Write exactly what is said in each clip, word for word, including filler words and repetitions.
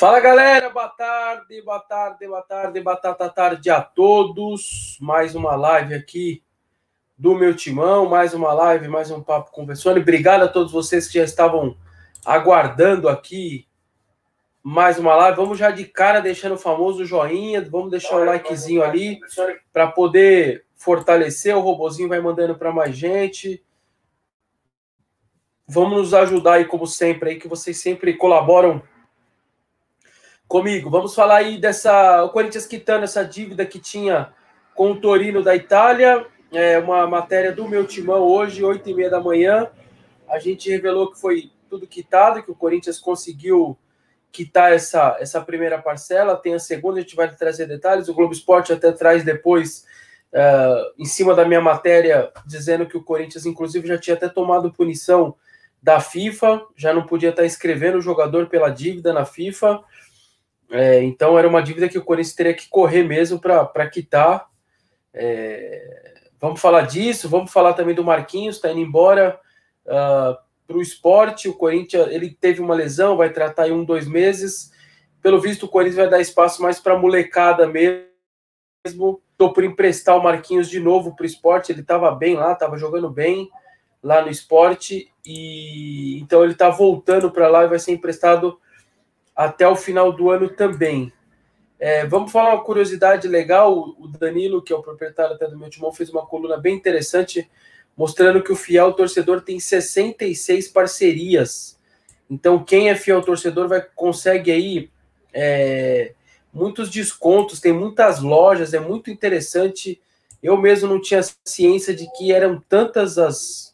Fala, galera, boa tarde, boa tarde, boa tarde, batata tarde a todos. Mais uma live aqui do meu timão, mais uma live, mais um papo conversando. Obrigado a todos vocês que já estavam aguardando aqui mais uma live. Vamos já de cara deixando o famoso joinha, vamos deixar o likezinho ali para poder fortalecer. O robozinho vai mandando para mais gente. Vamos nos ajudar aí, como sempre, aí que vocês sempre colaboram comigo. Vamos falar aí dessa... O Corinthians quitando essa dívida que tinha com o Torino da Itália. É uma matéria do meu timão hoje, oito e meia da manhã. A gente revelou que foi tudo quitado, que o Corinthians conseguiu quitar essa, essa primeira parcela. Tem a segunda, a gente vai trazer detalhes. O Globo Esporte até traz depois, uh, em cima da minha matéria, dizendo que o Corinthians, inclusive, já tinha até tomado punição da FIFA, já não podia estar inscrevendo o jogador pela dívida na FIFA. É, então era uma dívida que o Corinthians teria que correr mesmo para quitar. É, vamos falar disso, vamos falar também do Marquinhos, está indo embora uh, para o Sport. O Corinthians, ele teve uma lesão, vai tratar em um, dois meses. Pelo visto, o Corinthians vai dar espaço mais para molecada mesmo. Estou por emprestar o Marquinhos de novo para o Sport. Ele estava bem lá, estava jogando bem lá no Sport, e então ele está voltando para lá e vai ser emprestado até o final do ano também. É, vamos falar uma curiosidade legal. O Danilo, que é o proprietário até do meu timão, fez uma coluna bem interessante mostrando que o fiel torcedor tem sessenta e seis parcerias. Então quem é fiel torcedor vai, consegue aí é, muitos descontos, tem muitas lojas, é muito interessante. Eu mesmo não tinha ciência de que eram tantas as,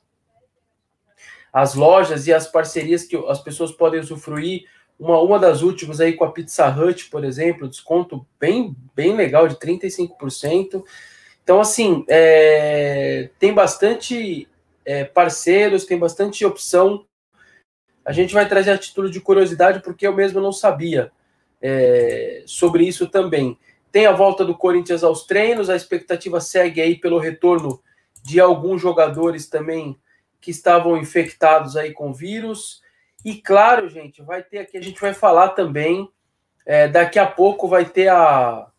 as lojas e as parcerias que as pessoas podem usufruir. Uma, uma das últimas aí com a Pizza Hut, por exemplo, desconto bem, bem legal de trinta e cinco por cento. Então, assim, é, tem bastante é, parceiros, tem bastante opção. A gente vai trazer a título de curiosidade, porque eu mesmo não sabia é, sobre isso também. Tem a volta do Corinthians aos treinos, a expectativa segue aí pelo retorno de alguns jogadores também que estavam infectados aí com vírus. E claro, gente, vai ter aqui, a gente vai falar também, é, daqui a pouco vai ter a...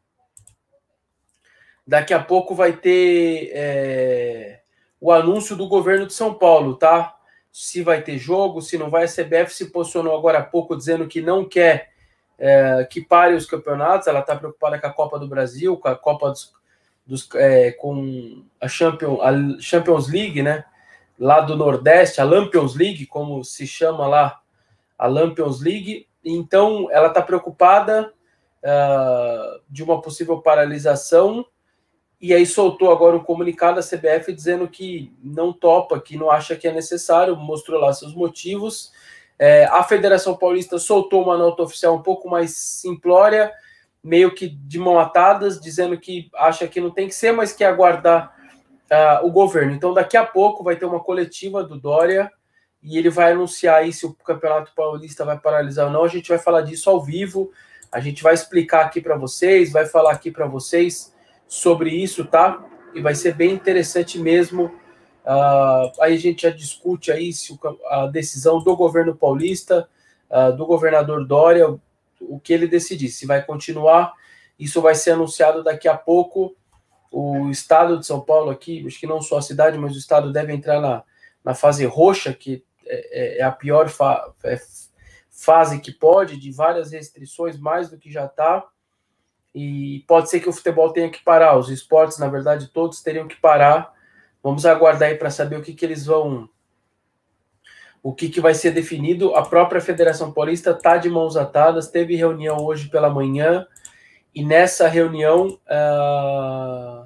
Daqui a pouco vai ter é, o anúncio do governo de São Paulo, tá? Se vai ter jogo, se não vai. A C B F se posicionou agora há pouco dizendo que não quer é, que pare os campeonatos. Ela está preocupada com a Copa do Brasil, com a Copa dos... dos é, com a Champions, a Champions League, né? Lá do Nordeste, a Lampions League, como se chama lá, a Lampions League. Então, ela está preocupada uh, de uma possível paralisação, e aí soltou agora um comunicado da C B F dizendo que não topa, que não acha que é necessário, mostrou lá seus motivos. É, a Federação Paulista soltou uma nota oficial um pouco mais simplória, meio que de mão atadas, dizendo que acha que não tem que ser, mas que aguardar Uh, o governo. Então, daqui a pouco vai ter uma coletiva do Dória e ele vai anunciar aí se o Campeonato Paulista vai paralisar ou não. A gente vai falar disso ao vivo, a gente vai explicar aqui para vocês, vai falar aqui para vocês sobre isso, tá? E vai ser bem interessante mesmo. Uh, aí a gente já discute aí se o, a decisão do governo paulista, uh, do governador Dória, o, o que ele decidir, se vai continuar. Isso vai ser anunciado daqui a pouco. O estado de São Paulo aqui, acho que não só a cidade, mas o estado deve entrar na, na fase roxa, que é, é a pior fa é fase que pode, de várias restrições, mais do que já está. E pode ser que o futebol tenha que parar. Os esportes, na verdade, todos teriam que parar. Vamos aguardar aí para saber o que, que eles vão... O que, que vai ser definido. A própria Federação Paulista está de mãos atadas, teve reunião hoje pela manhã, e nessa reunião, uh,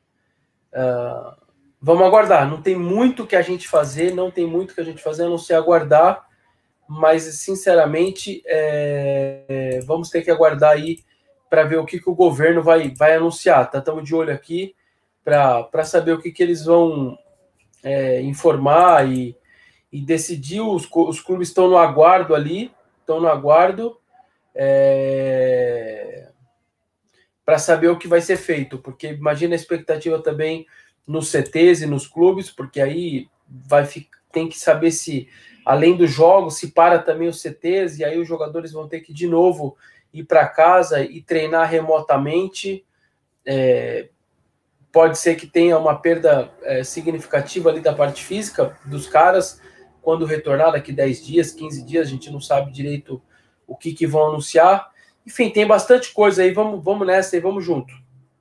uh, vamos aguardar. Não tem muito que a gente fazer, não tem muito que a gente fazer, a não ser aguardar, mas, sinceramente, é, vamos ter que aguardar aí para ver o que, que o governo vai, vai anunciar. Tá? Estamos de olho aqui para saber o que, que eles vão é, informar e, e decidir. Os, os clubes estão no aguardo ali, estão no aguardo, é... para saber o que vai ser feito, porque imagina a expectativa também nos C Tês e nos clubes, porque aí vai, fi tem que saber se, além dos jogos, se para também os C Ts, e aí os jogadores vão ter que, de novo, ir para casa e treinar remotamente. É, pode ser que tenha uma perda é, significativa ali da parte física dos caras, quando retornar daqui dez dias, quinze dias, a gente não sabe direito o que, que vão anunciar. Enfim, tem bastante coisa aí, vamos, vamos nessa e vamos junto.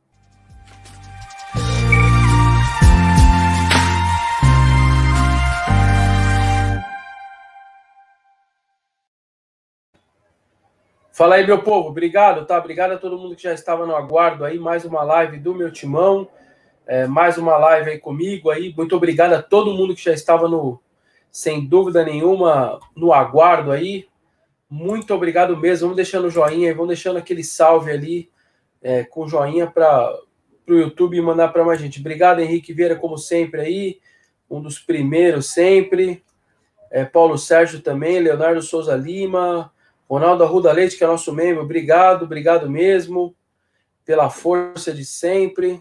Fala aí, meu povo, obrigado, tá? Obrigado a todo mundo que já estava no aguardo aí, mais uma live do meu timão, é, mais uma live aí comigo aí, muito obrigado a todo mundo que já estava no, sem dúvida nenhuma, no aguardo aí, muito obrigado mesmo, vamos deixando o joinha, vamos deixando aquele salve ali, é, com joinha para o YouTube mandar para mais gente. Obrigado, Henrique Vieira, como sempre aí, um dos primeiros sempre, é, Paulo Sérgio também, Leonardo Souza Lima, Ronaldo Arruda Leite, que é nosso membro, obrigado, obrigado mesmo pela força de sempre.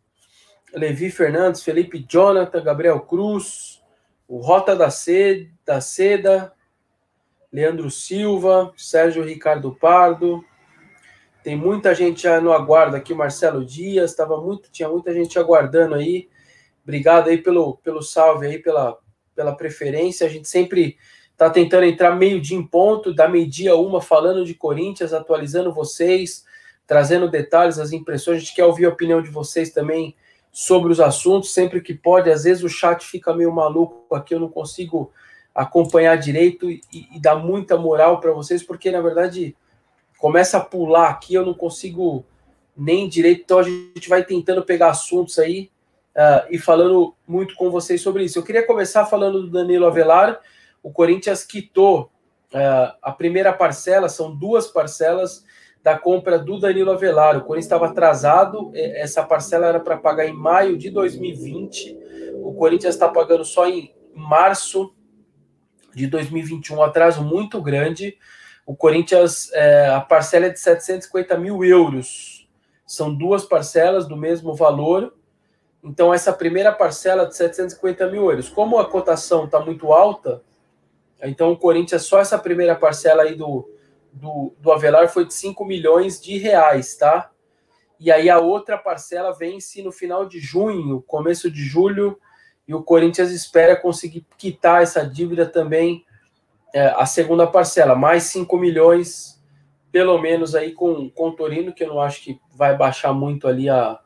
Levi Fernandes, Felipe Jonathan, Gabriel Cruz, o Rota da Seda, da Seda, Leandro Silva, Sérgio Ricardo Pardo. Tem muita gente já no aguardo aqui, Marcelo Dias, tava muito, tinha muita gente aguardando aí. Obrigado aí pelo, pelo salve aí, pela, pela preferência. A gente sempre tá tentando entrar meio-dia em ponto, da meio-dia uma, falando de Corinthians, atualizando vocês, trazendo detalhes, as impressões. A gente quer ouvir a opinião de vocês também sobre os assuntos, sempre que pode. Às vezes o chat fica meio maluco aqui, eu não consigo acompanhar direito e, e dar muita moral para vocês, porque, na verdade, começa a pular aqui, eu não consigo nem direito. Então, a gente vai tentando pegar assuntos aí uh, e falando muito com vocês sobre isso. Eu queria começar falando do Danilo Avelar. O Corinthians quitou uh, a primeira parcela, são duas parcelas da compra do Danilo Avelar. O Corinthians estava atrasado, essa parcela era para pagar em maio de dois mil e vinte, o Corinthians está pagando só em março de dois mil e vinte e um, um atraso muito grande. O Corinthians, é, a parcela é de setecentos e cinquenta mil euros, são duas parcelas do mesmo valor. Então essa primeira parcela de setecentos e cinquenta mil euros, como a cotação está muito alta, então o Corinthians, só essa primeira parcela aí do, do, do Avelar foi de cinco milhões de reais, tá? E aí a outra parcela vence no final de junho, começo de julho, e o Corinthians espera conseguir quitar essa dívida também, é, a segunda parcela, mais cinco milhões, pelo menos aí com, com o Torino, que eu não acho que vai baixar muito ali a,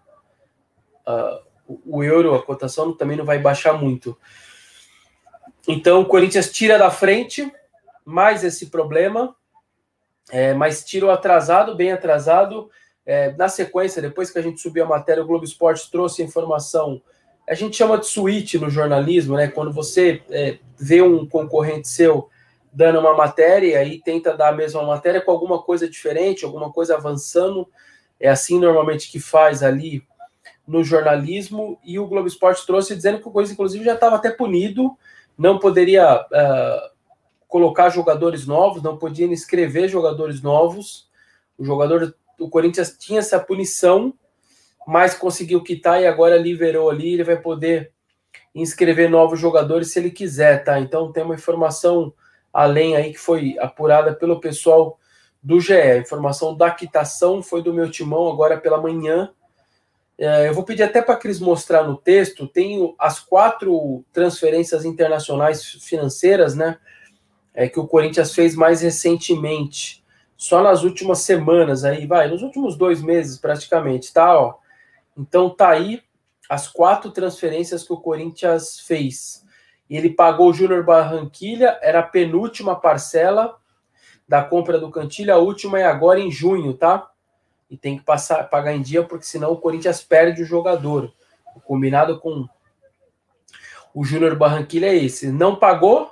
a, o euro, a cotação também não vai baixar muito. Então, o Corinthians tira da frente mais esse problema, é, mas tira o atrasado, bem atrasado. É, na sequência, depois que a gente subiu a matéria, o Globo Esporte trouxe a informação, a gente chama de suíte no jornalismo, né? Quando você é, vê um concorrente seu dando uma matéria e aí tenta dar a mesma matéria com alguma coisa diferente, alguma coisa avançando, é assim normalmente que faz ali no jornalismo, e o Globo Esporte trouxe dizendo que o Corinthians, inclusive, já estava até punido, não poderia uh, colocar jogadores novos, não podia inscrever jogadores novos. O jogador, o Corinthians tinha essa punição, mas conseguiu quitar e agora liberou ali, ele vai poder inscrever novos jogadores se ele quiser, tá? Então tem uma informação além aí que foi apurada pelo pessoal do G E. A informação da quitação foi do meu timão agora pela manhã. É, eu vou pedir até para a Cris mostrar no texto, tem as quatro transferências internacionais financeiras, né, é, que o Corinthians fez mais recentemente, só nas últimas semanas, aí vai, nos últimos dois meses praticamente, tá, ó. Então tá aí as quatro transferências que o Corinthians fez. E ele pagou o Júnior Barranquilla, era a penúltima parcela da compra do Cantilha, a última é agora em junho, tá? E tem que passar, pagar em dia, porque senão o Corinthians perde o jogador. O combinado com o Júnior Barranquilla é esse. Não pagou,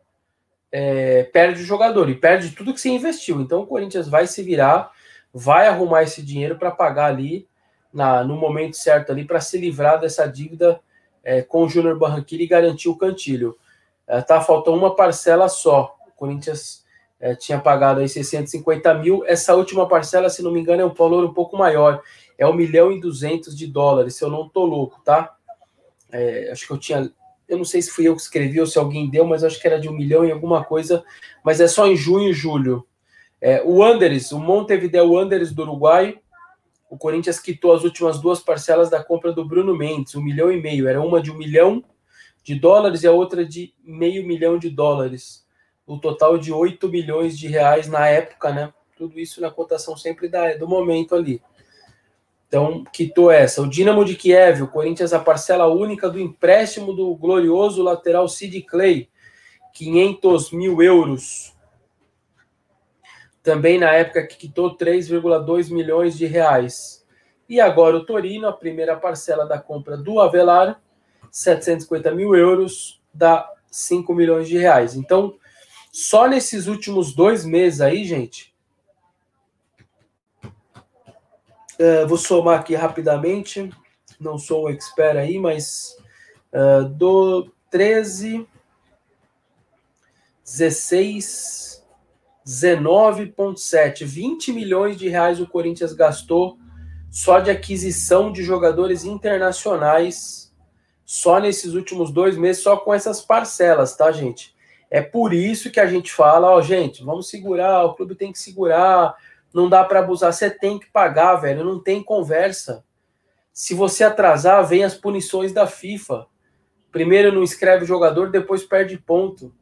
é, perde o jogador e perde tudo que você investiu. Então o Corinthians vai se virar, vai arrumar esse dinheiro para pagar ali na, no momento certo ali, para se livrar dessa dívida é, com o Júnior Barranquilla e garantir o Cantilho. É, tá faltando uma parcela só. O Corinthians É, tinha pagado aí seiscentos e cinquenta mil, essa última parcela, se não me engano, é um valor um pouco maior, é um milhão e duzentos de dólares, se eu não tô louco, tá? É, acho que eu tinha, eu não sei se fui eu que escrevi ou se alguém deu, mas acho que era de um milhão e alguma coisa, mas é só em junho e julho. É, o Wanderers, o Montevideo Wanderers do Uruguai, o Corinthians quitou as últimas duas parcelas da compra do Bruno Mendes, um milhão e meio. Era uma de um milhão de dólares e a outra de meio milhão de dólares. O total de oito milhões de reais na época, né? Tudo isso na cotação sempre da, do momento ali. Então, quitou essa. O Dinamo de Kiev, o Corinthians, a parcela única do empréstimo do glorioso lateral Sid Clay, quinhentos mil euros. Também na época que quitou três vírgula dois milhões de reais. E agora o Torino, a primeira parcela da compra do Avelar, setecentos e cinquenta mil euros, dá cinco milhões de reais. Então, só nesses últimos dois meses aí, gente, uh, vou somar aqui rapidamente, não sou um expert aí, mas uh, do treze, dezesseis... dezenove vírgula sete, vinte milhões de reais o Corinthians gastou só de aquisição de jogadores internacionais, só nesses últimos dois meses, só com essas parcelas, tá, gente? É por isso que a gente fala, ó, gente, vamos segurar, o clube tem que segurar, não dá para abusar, você tem que pagar, velho, não tem conversa. Se você atrasar, vem as punições da FIFA. Primeiro não inscreve o jogador, depois perde ponto.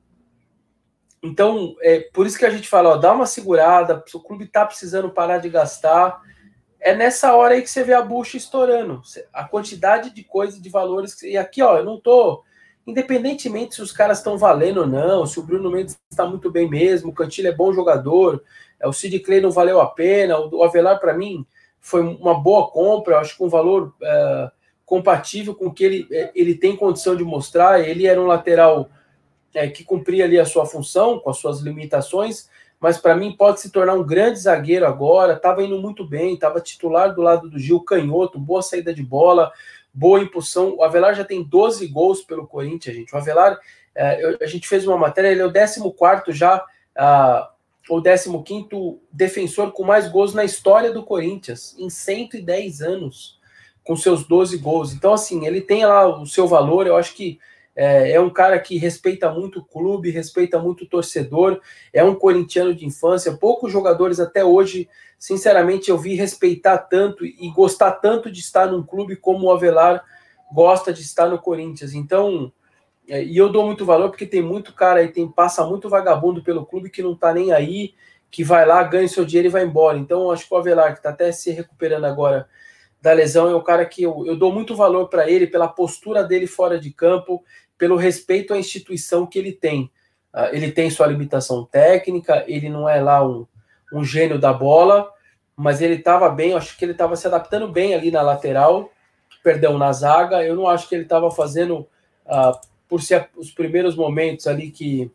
Então, é por isso que a gente fala, ó, dá uma segurada, o clube tá precisando parar de gastar. É nessa hora aí que você vê a bucha estourando. A quantidade de coisas, de valores. E aqui, ó, eu não tô... Independentemente se os caras estão valendo ou não, se o Bruno Mendes está muito bem mesmo, o Cantillo é bom jogador, o Sid Clay não valeu a pena, o Avelar, para mim, foi uma boa compra, eu acho que um valor é, compatível com o que ele, ele tem condição de mostrar. Ele era um lateral... É, que cumpria ali a sua função, com as suas limitações, mas para mim pode se tornar um grande zagueiro agora, estava indo muito bem, estava titular do lado do Gil, canhoto, boa saída de bola, boa impulsão. O Avelar já tem doze gols pelo Corinthians, gente. O Avelar, é, eu, a gente fez uma matéria, ele é o décimo quarto já, ah, ou décimo quinto defensor com mais gols na história do Corinthians, em cento e dez anos, com seus doze gols. Então, assim, ele tem lá o seu valor, eu acho que É, é um cara que respeita muito o clube, respeita muito o torcedor, é um corintiano de infância. Poucos jogadores até hoje, sinceramente, eu vi respeitar tanto e gostar tanto de estar num clube como o Avelar gosta de estar no Corinthians. Então, é, e eu dou muito valor porque tem muito cara aí, tem, passa muito vagabundo pelo clube que não tá nem aí, que vai lá, ganha seu dinheiro e vai embora. Então, eu acho que o Avelar, que tá até se recuperando agora da lesão, é um cara que eu, eu dou muito valor para ele, pela postura dele fora de campo, pelo respeito à instituição que ele tem. Uh, ele tem sua limitação técnica, ele não é lá um, um gênio da bola, mas ele estava bem, eu acho que ele estava se adaptando bem ali na lateral, perdão, na zaga. Eu não acho que ele estava fazendo, uh, por ser os primeiros momentos ali que...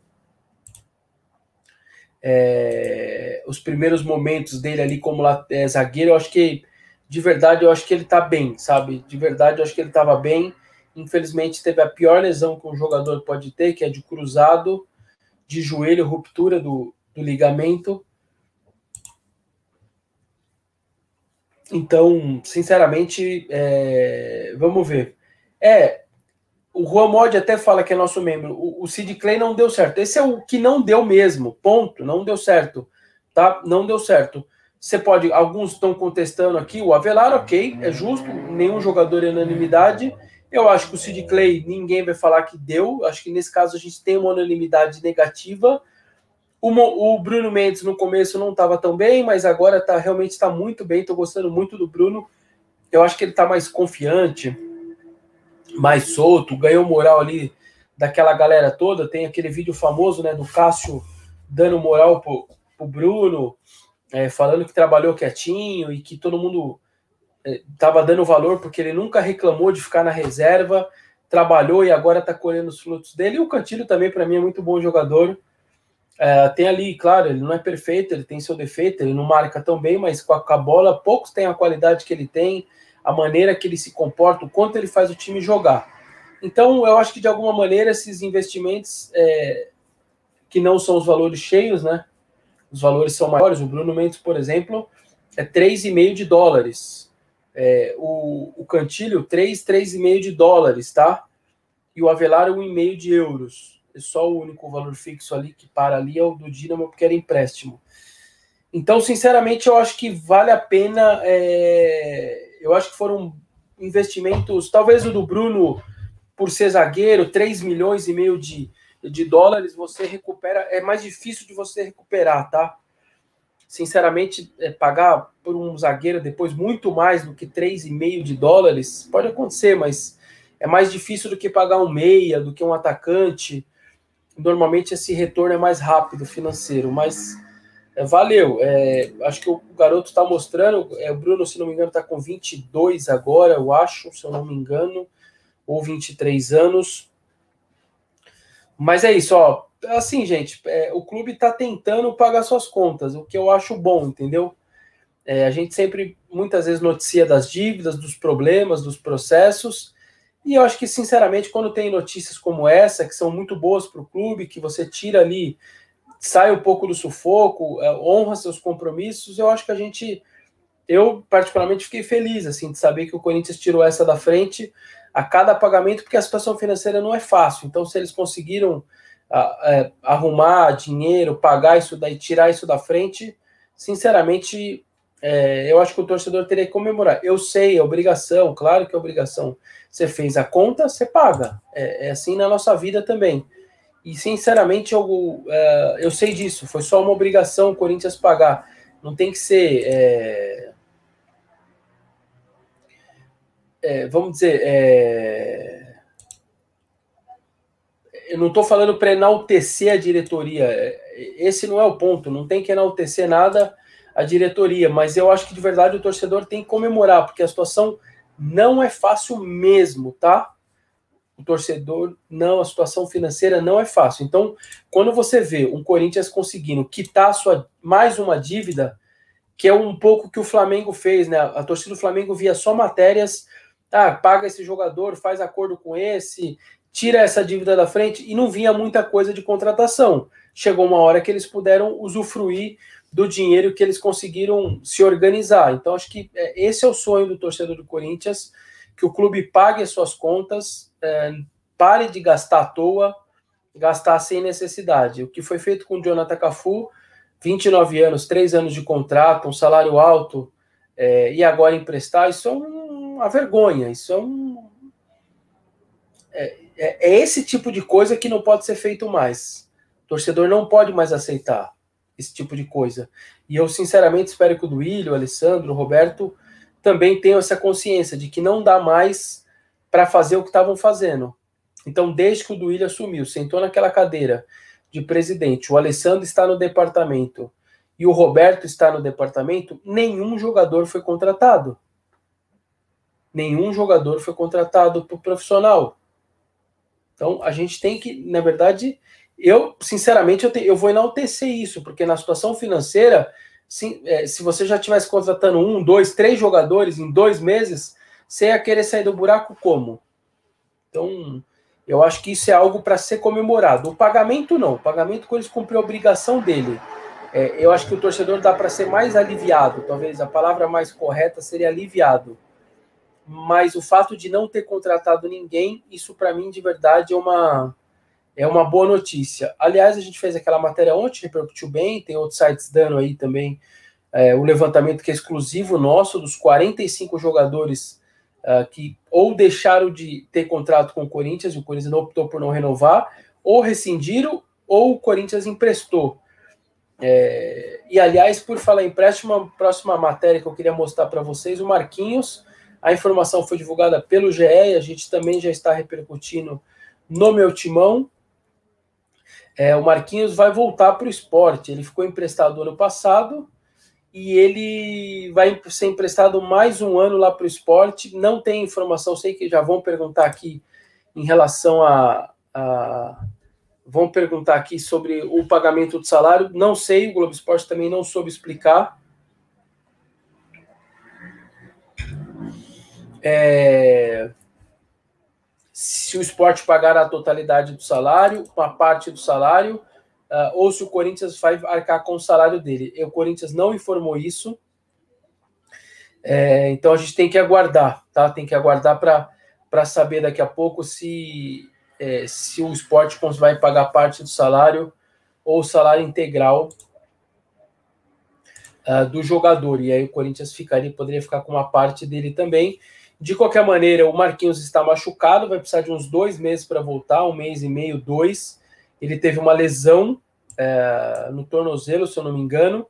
É, os primeiros momentos dele ali como é, zagueiro, eu acho que, de verdade, eu acho que ele está bem, sabe? De verdade, eu acho que ele estava bem. Infelizmente, teve a pior lesão que um jogador pode ter, que é de cruzado, de joelho, ruptura do, do ligamento. Então, sinceramente, é, vamos ver. É, o Juan Mod até fala que é nosso membro. O, o Sid Clay não deu certo. Esse é o que não deu mesmo, ponto. Não deu certo, tá? Não deu certo. Você pode, alguns estão contestando aqui, o Avelar, ok, é justo, nenhum jogador é unanimidade. Eu acho que o Sid Clay, ninguém vai falar que deu. Acho que nesse caso a gente tem uma unanimidade negativa. O, o Bruno Mendes no começo não estava tão bem, mas agora tá, realmente está muito bem. Estou gostando muito do Bruno. Eu acho que ele está mais confiante, mais solto, ganhou moral ali daquela galera toda. Tem aquele vídeo famoso, né, do Cássio dando moral pro, pro Bruno, é, falando que trabalhou quietinho e que todo mundo estava dando valor porque ele nunca reclamou de ficar na reserva, trabalhou e agora está colhendo os frutos dele. E o Cantillo também, para mim, é muito bom jogador. É, tem ali, claro, ele não é perfeito, ele tem seu defeito, ele não marca tão bem, mas com a, com a bola, poucos têm a qualidade que ele tem, a maneira que ele se comporta, o quanto ele faz o time jogar. Então, eu acho que, de alguma maneira, esses investimentos, é, que não são os valores cheios, né? Os valores são maiores. O Bruno Mendes, por exemplo, é três vírgula cinco de dólares. É, o, o Cantillo, três, três vírgula cinco de dólares, tá? e o Avelar um e meio de euros. É só o único valor fixo ali que para ali é o do Dinamo, porque era empréstimo. Então, sinceramente, eu acho que vale a pena. É... Eu acho que foram investimentos, talvez o do Bruno, por ser zagueiro, três milhões e meio de, de dólares, você recupera. É mais difícil de você recuperar, tá? Sinceramente, é, pagar por um zagueiro depois muito mais do que três e meio de dólares, pode acontecer, mas é mais difícil do que pagar um meia, do que um atacante. Normalmente esse retorno é mais rápido financeiro, mas é, valeu. É, acho que o garoto está mostrando, é, o Bruno, se não me engano, está com vinte e dois agora, eu acho, se eu não me engano, ou vinte e três anos. Mas é isso, ó. Assim, gente, é, o clube está tentando pagar suas contas, o que eu acho bom, entendeu? É, a gente sempre, muitas vezes, noticia das dívidas, dos problemas, dos processos, e eu acho que, sinceramente, quando tem notícias como essa, que são muito boas para o clube, que você tira ali, sai um pouco do sufoco, é, honra seus compromissos, eu acho que a gente, eu particularmente fiquei feliz, assim, de saber que o Corinthians tirou essa da frente a cada pagamento, porque a situação financeira não é fácil, então se eles conseguiram a, é, arrumar dinheiro, pagar isso daí, tirar isso da frente, sinceramente, é, eu acho que o torcedor teria que comemorar. Eu sei, é obrigação, claro que é obrigação. Você fez a conta, você paga. É, é assim na nossa vida também. E, sinceramente, eu, uh, eu sei disso. Foi só uma obrigação o Corinthians pagar. Não tem que ser... É, é, vamos dizer... É, eu não estou falando para enaltecer a diretoria. Esse não é o ponto. Não tem que enaltecer nada a diretoria. Mas eu acho que, de verdade, o torcedor tem que comemorar, porque a situação não é fácil mesmo, tá? O torcedor, não, a situação financeira não é fácil. Então, quando você vê um Corinthians conseguindo quitar sua, mais uma dívida, que é um pouco que o Flamengo fez, né? A torcida do Flamengo via só matérias, ah, paga esse jogador, faz acordo com esse, tira essa dívida da frente, e não vinha muita coisa de contratação. Chegou uma hora que eles puderam usufruir do dinheiro que eles conseguiram se organizar. Então, acho que esse é o sonho do torcedor do Corinthians, que o clube pague as suas contas, é, pare de gastar à toa, gastar sem necessidade. O que foi feito com o Jonathan Cafu, vinte e nove anos, três anos de contrato, um salário alto, é, e agora emprestar, isso é um, uma vergonha, isso é um... É, é, é esse tipo de coisa que não pode ser feito mais. O torcedor não pode mais aceitar esse tipo de coisa. E eu, sinceramente, espero que o Duílio, o Alessandro, o Roberto também tenham essa consciência de que não dá mais para fazer o que estavam fazendo. Então, desde que o Duílio assumiu, sentou naquela cadeira de presidente, o Alessandro está no departamento e o Roberto está no departamento, nenhum jogador foi contratado. Nenhum jogador foi contratado por profissional. Então, a gente tem que, na verdade, eu, sinceramente, eu, te, eu vou enaltecer isso, porque na situação financeira, se, é, se você já estivesse contratando um, dois, três jogadores em dois meses, você ia querer sair do buraco como? Então, eu acho que isso é algo para ser comemorado. O pagamento não. O pagamento, quando eles cumpriram a obrigação dele, é, eu acho que o torcedor dá para ser mais aliviado. Talvez a palavra mais correta seria aliviado. Mas o fato de não ter contratado ninguém, isso para mim, de verdade, é uma, é uma boa notícia. Aliás, a gente fez aquela matéria ontem, repercutiu bem, tem outros sites dando aí também é, o levantamento que é exclusivo nosso, dos quarenta e cinco jogadores Uh, que ou deixaram de ter contrato com o Corinthians, e o Corinthians não optou por não renovar, ou rescindiram, ou o Corinthians emprestou. É, e, aliás, por falar em empréstimo, a próxima matéria que eu queria mostrar para vocês, o Marquinhos, a informação foi divulgada pelo G E, e a gente também já está repercutindo no Meu Timão. É, o Marquinhos vai voltar para o esporte, ele ficou emprestado ano passado, e ele vai ser emprestado mais um ano lá para o esporte. Não tem informação, sei que já vão perguntar aqui em relação a, a... Vão perguntar aqui sobre o pagamento do salário. Não sei, o Globo Esporte também não soube explicar. É... Se o esporte pagar a totalidade do salário, uma parte do salário, Uh, ou se o Corinthians vai arcar com o salário dele. E o Corinthians não informou isso. É, então a gente tem que aguardar, tá? Tem que aguardar para saber daqui a pouco se é, se o Sport vai pagar parte do salário ou o salário integral uh, do jogador. E aí o Corinthians ficaria, poderia ficar com uma parte dele também. De qualquer maneira, o Marquinhos está machucado, vai precisar de uns dois meses para voltar, um mês e meio, dois. Ele teve uma lesão é, no tornozelo, se eu não me engano.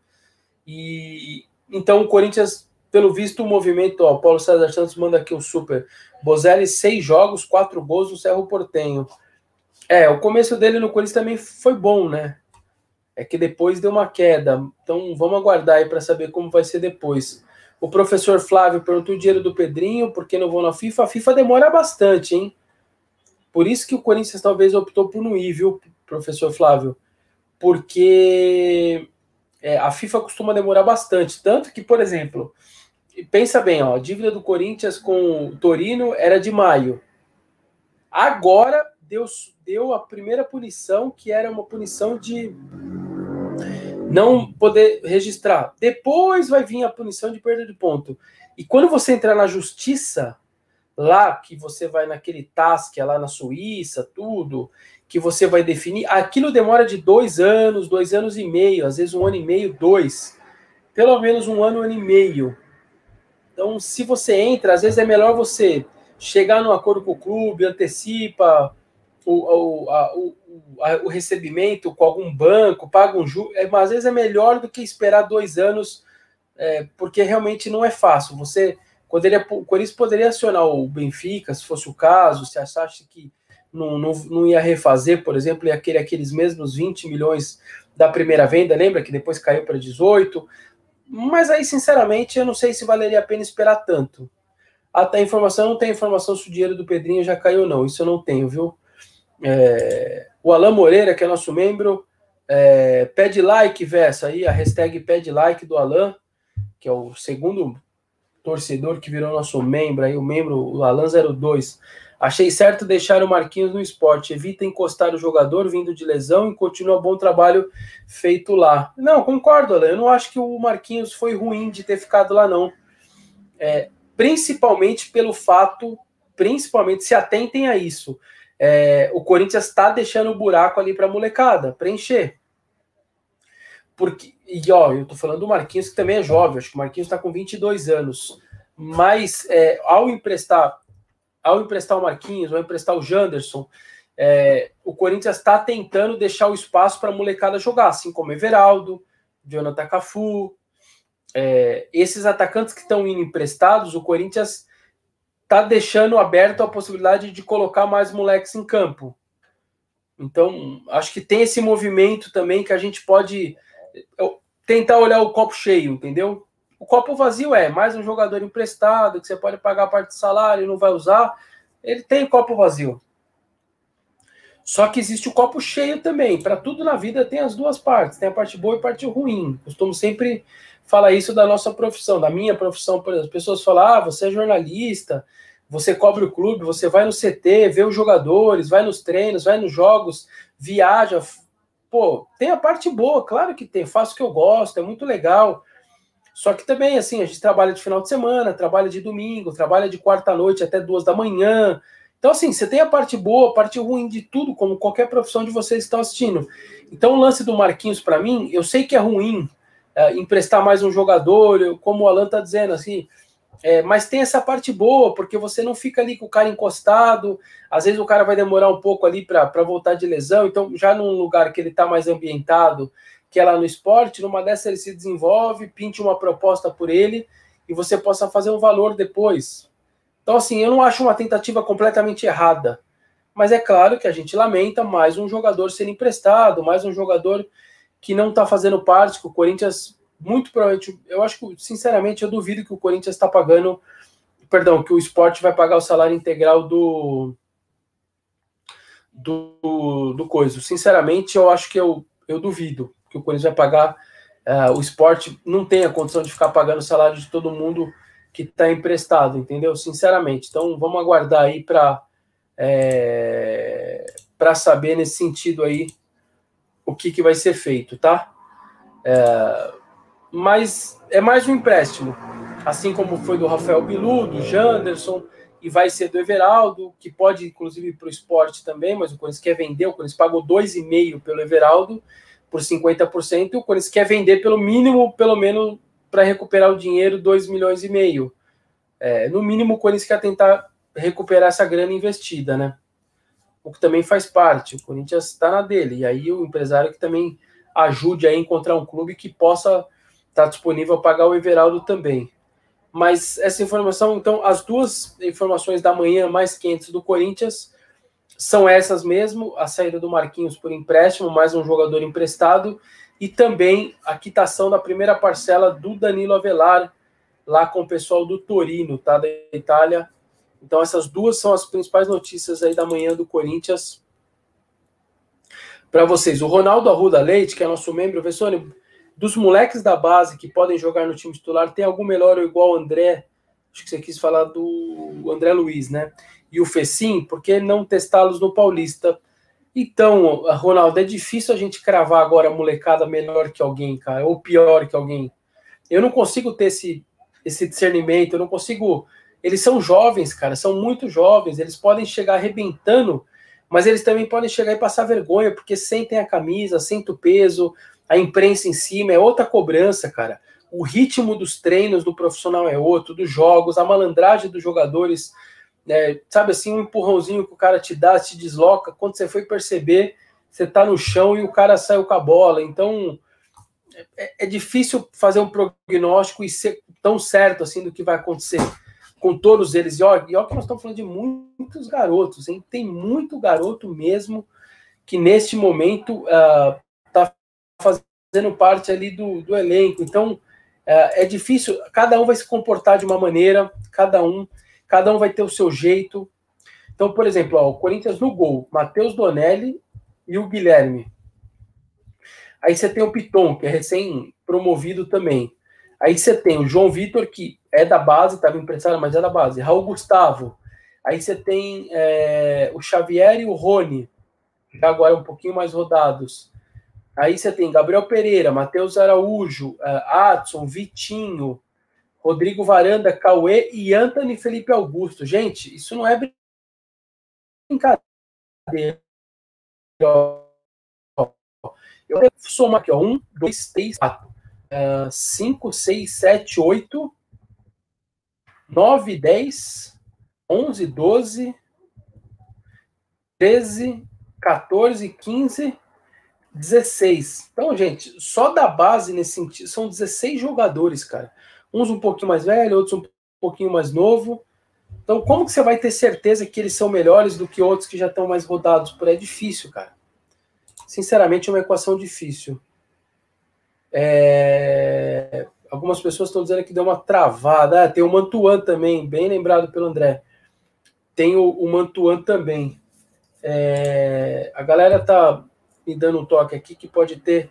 E então o Corinthians, pelo visto, o movimento, ó, o Paulo César Santos manda aqui o super. Bozelli, seis jogos, quatro gols no Cerro Porteño. É, o começo dele no Corinthians também foi bom, né? É que depois deu uma queda. Então vamos aguardar aí para saber como vai ser depois. O professor Flávio perguntou o dinheiro do Pedrinho, por que não vão na FIFA? A FIFA demora bastante, hein? Por isso que o Corinthians talvez optou por não ir, viu, professor Flávio? Porque é, a FIFA costuma demorar bastante. Tanto que, por exemplo, pensa bem, ó, a dívida do Corinthians com o Torino era de maio. Agora deu, deu a primeira punição, que era uma punição de não poder registrar. Depois vai vir a punição de perda de ponto. E quando você entrar na justiça, lá que você vai naquele task, lá na Suíça, tudo, que você vai definir, aquilo demora de dois anos, dois anos e meio, às vezes um ano e meio, dois. Pelo menos um ano, um ano e meio. Então, se você entra, às vezes é melhor você chegar num acordo com o clube, antecipa o, o, a, o, a, o recebimento com algum banco, paga um juro, é, mas às vezes é melhor do que esperar dois anos, é, porque realmente não é fácil. Você poderia, o Corinthians poderia acionar o Benfica, se fosse o caso, se achasse que não, não, não ia refazer, por exemplo, ia querer aqueles mesmos vinte milhões da primeira venda, lembra que depois caiu para dezoito? Mas aí, sinceramente, eu não sei se valeria a pena esperar tanto. Até a informação, não tem informação se o dinheiro do Pedrinho já caiu ou não, isso eu não tenho, viu? É, o Alan Moreira, que é nosso membro, é, pede like, Vessa, aí a hashtag pede like do Alan, que é o segundo torcedor que virou nosso membro, aí o membro, o Alan zero dois. Achei certo deixar o Marquinhos no esporte, evita encostar o jogador vindo de lesão e continua bom trabalho feito lá. Não, concordo, Alan, eu não acho que o Marquinhos foi ruim de ter ficado lá, não. É, principalmente pelo fato, principalmente, se atentem a isso, é, o Corinthians está deixando o buraco ali para a molecada preencher. Porque, e ó, eu tô falando do Marquinhos, que também é jovem, acho que o Marquinhos está com vinte e dois anos, mas é, ao emprestar ao emprestar o Marquinhos, ao emprestar o Janderson, é, o Corinthians está tentando deixar o espaço para a molecada jogar, assim como Everaldo, Jonathan Cafu, é, esses atacantes que estão indo emprestados, o Corinthians está deixando aberto a possibilidade de colocar mais moleques em campo. Então, acho que tem esse movimento também que a gente pode tentar olhar o copo cheio, entendeu? O copo vazio é mais um jogador emprestado, que você pode pagar a parte do salário e não vai usar. Ele tem copo vazio. Só que existe o copo cheio também. Para tudo na vida tem as duas partes. Tem a parte boa e a parte ruim. Costumo sempre falar isso da nossa profissão, da minha profissão. Por exemplo, as pessoas falam, ah, você é jornalista, você cobre o clube, você vai no C T, vê os jogadores, vai nos treinos, vai nos jogos, viaja. Pô, tem a parte boa, claro que tem. Faço o que eu gosto, é muito legal. Só que também, assim, a gente trabalha de final de semana, trabalha de domingo, trabalha de quarta-noite até duas da manhã. Então, assim, você tem a parte boa, a parte ruim de tudo, como qualquer profissão de vocês que estão assistindo. Então, o lance do Marquinhos, para mim, eu sei que é ruim é, emprestar mais um jogador, eu, como o Alan tá dizendo, assim, é, mas tem essa parte boa, porque você não fica ali com o cara encostado, às vezes o cara vai demorar um pouco ali para voltar de lesão, então já num lugar que ele tá mais ambientado, que é lá no esporte, numa dessa ele se desenvolve, pinte uma proposta por ele e você possa fazer um valor depois. Então, assim, eu não acho uma tentativa completamente errada, mas é claro que a gente lamenta mais um jogador ser emprestado, mais um jogador que não está fazendo parte, que o Corinthians, muito provavelmente, eu acho que, sinceramente, eu duvido que o Corinthians está pagando, perdão, que o esporte vai pagar o salário integral do do, do coisa. Sinceramente, eu acho que eu, eu duvido que o Corinthians vai pagar, uh, o esporte não tem a condição de ficar pagando o salário de todo mundo que está emprestado, entendeu? Sinceramente. Então, vamos aguardar aí para é, para saber nesse sentido aí o que, que vai ser feito, tá? É, mas é mais um empréstimo. assim como foi do Rafael Bilu, do Janderson, e vai ser do Everaldo, que pode, inclusive, ir para o esporte também, mas o Corinthians quer vender, o Corinthians pagou dois vírgula cinco por cento pelo Everaldo, por cinquenta por cento, e o Corinthians quer vender pelo mínimo, pelo menos, para recuperar o dinheiro, dois milhões e meio. É, no mínimo, o Corinthians quer tentar recuperar essa grana investida, né? O que também faz parte, o Corinthians está na dele, e aí o empresário que também ajude a encontrar um clube que possa estar disponível a pagar o Everaldo também. Mas essa informação, então, as duas informações da manhã mais quentes do Corinthians são essas mesmo, a saída do Marquinhos por empréstimo, mais um jogador emprestado, e também a quitação da primeira parcela do Danilo Avelar, lá com o pessoal do Torino, tá, da Itália. Então essas duas são as principais notícias aí da manhã do Corinthians para vocês. O Ronaldo Arruda Leite, que é nosso membro, Vessone, dos moleques da base que podem jogar no time titular, tem algum melhor ou igual o André? Acho que você quis falar do André Luiz, né? E o Fecim, por que não testá-los no Paulista? Então, Ronaldo, é difícil a gente cravar agora a molecada melhor que alguém, cara, ou pior que alguém. Eu não consigo ter esse, esse discernimento, eu não consigo... Eles são jovens, cara, são muito jovens, eles podem chegar arrebentando, mas eles também podem chegar e passar vergonha, porque sentem a camisa, sentem o peso, a imprensa em cima, é outra cobrança, cara. O ritmo dos treinos do profissional é outro, dos jogos, a malandragem dos jogadores, né, sabe assim, um empurrãozinho que o cara te dá, te desloca, quando você foi perceber, você tá no chão e o cara saiu com a bola. Então, é, é difícil fazer um prognóstico e ser tão certo assim do que vai acontecer com todos eles. E olha, e olha que nós estamos falando de muitos garotos, hein? Tem muito garoto mesmo que neste momento está uh, fazendo parte ali do, do elenco. Então, uh, é difícil, cada um vai se comportar de uma maneira, cada um, cada um vai ter o seu jeito. Então, por exemplo, ó, o Corinthians no gol, Matheus Donelli e o Guilherme. Aí você tem o Piton, que é recém-promovido também. Aí você tem o João Vitor, que é da base, estava emprestado, mas é da base. Raul Gustavo. Aí você tem é, o Xavier e o Rony, já agora um pouquinho mais rodados. Aí você tem Gabriel Pereira, Matheus Araújo, Adson, Vitinho, Rodrigo Varanda, Cauê e Antony Felipe Augusto. Gente, isso não é brincadeira. Eu vou somar aqui, ó. um, dois, três, quatro, cinco, seis, sete, oito, nove, dez, onze, doze, treze, quatorze, quinze, dezesseis. Então, gente, só da base nesse sentido, são dezesseis jogadores, cara. Uns um pouquinho mais velho, outros um pouquinho mais novo. Então, como que você vai ter certeza que eles são melhores do que outros que já estão mais rodados por aí? É difícil, cara. Sinceramente, é uma equação difícil. É... Algumas pessoas estão dizendo que deu uma travada. Ah, tem o Mantuan também, bem lembrado pelo André. Tem o, o Mantuan também. É... A galera tá me dando um toque aqui que pode ter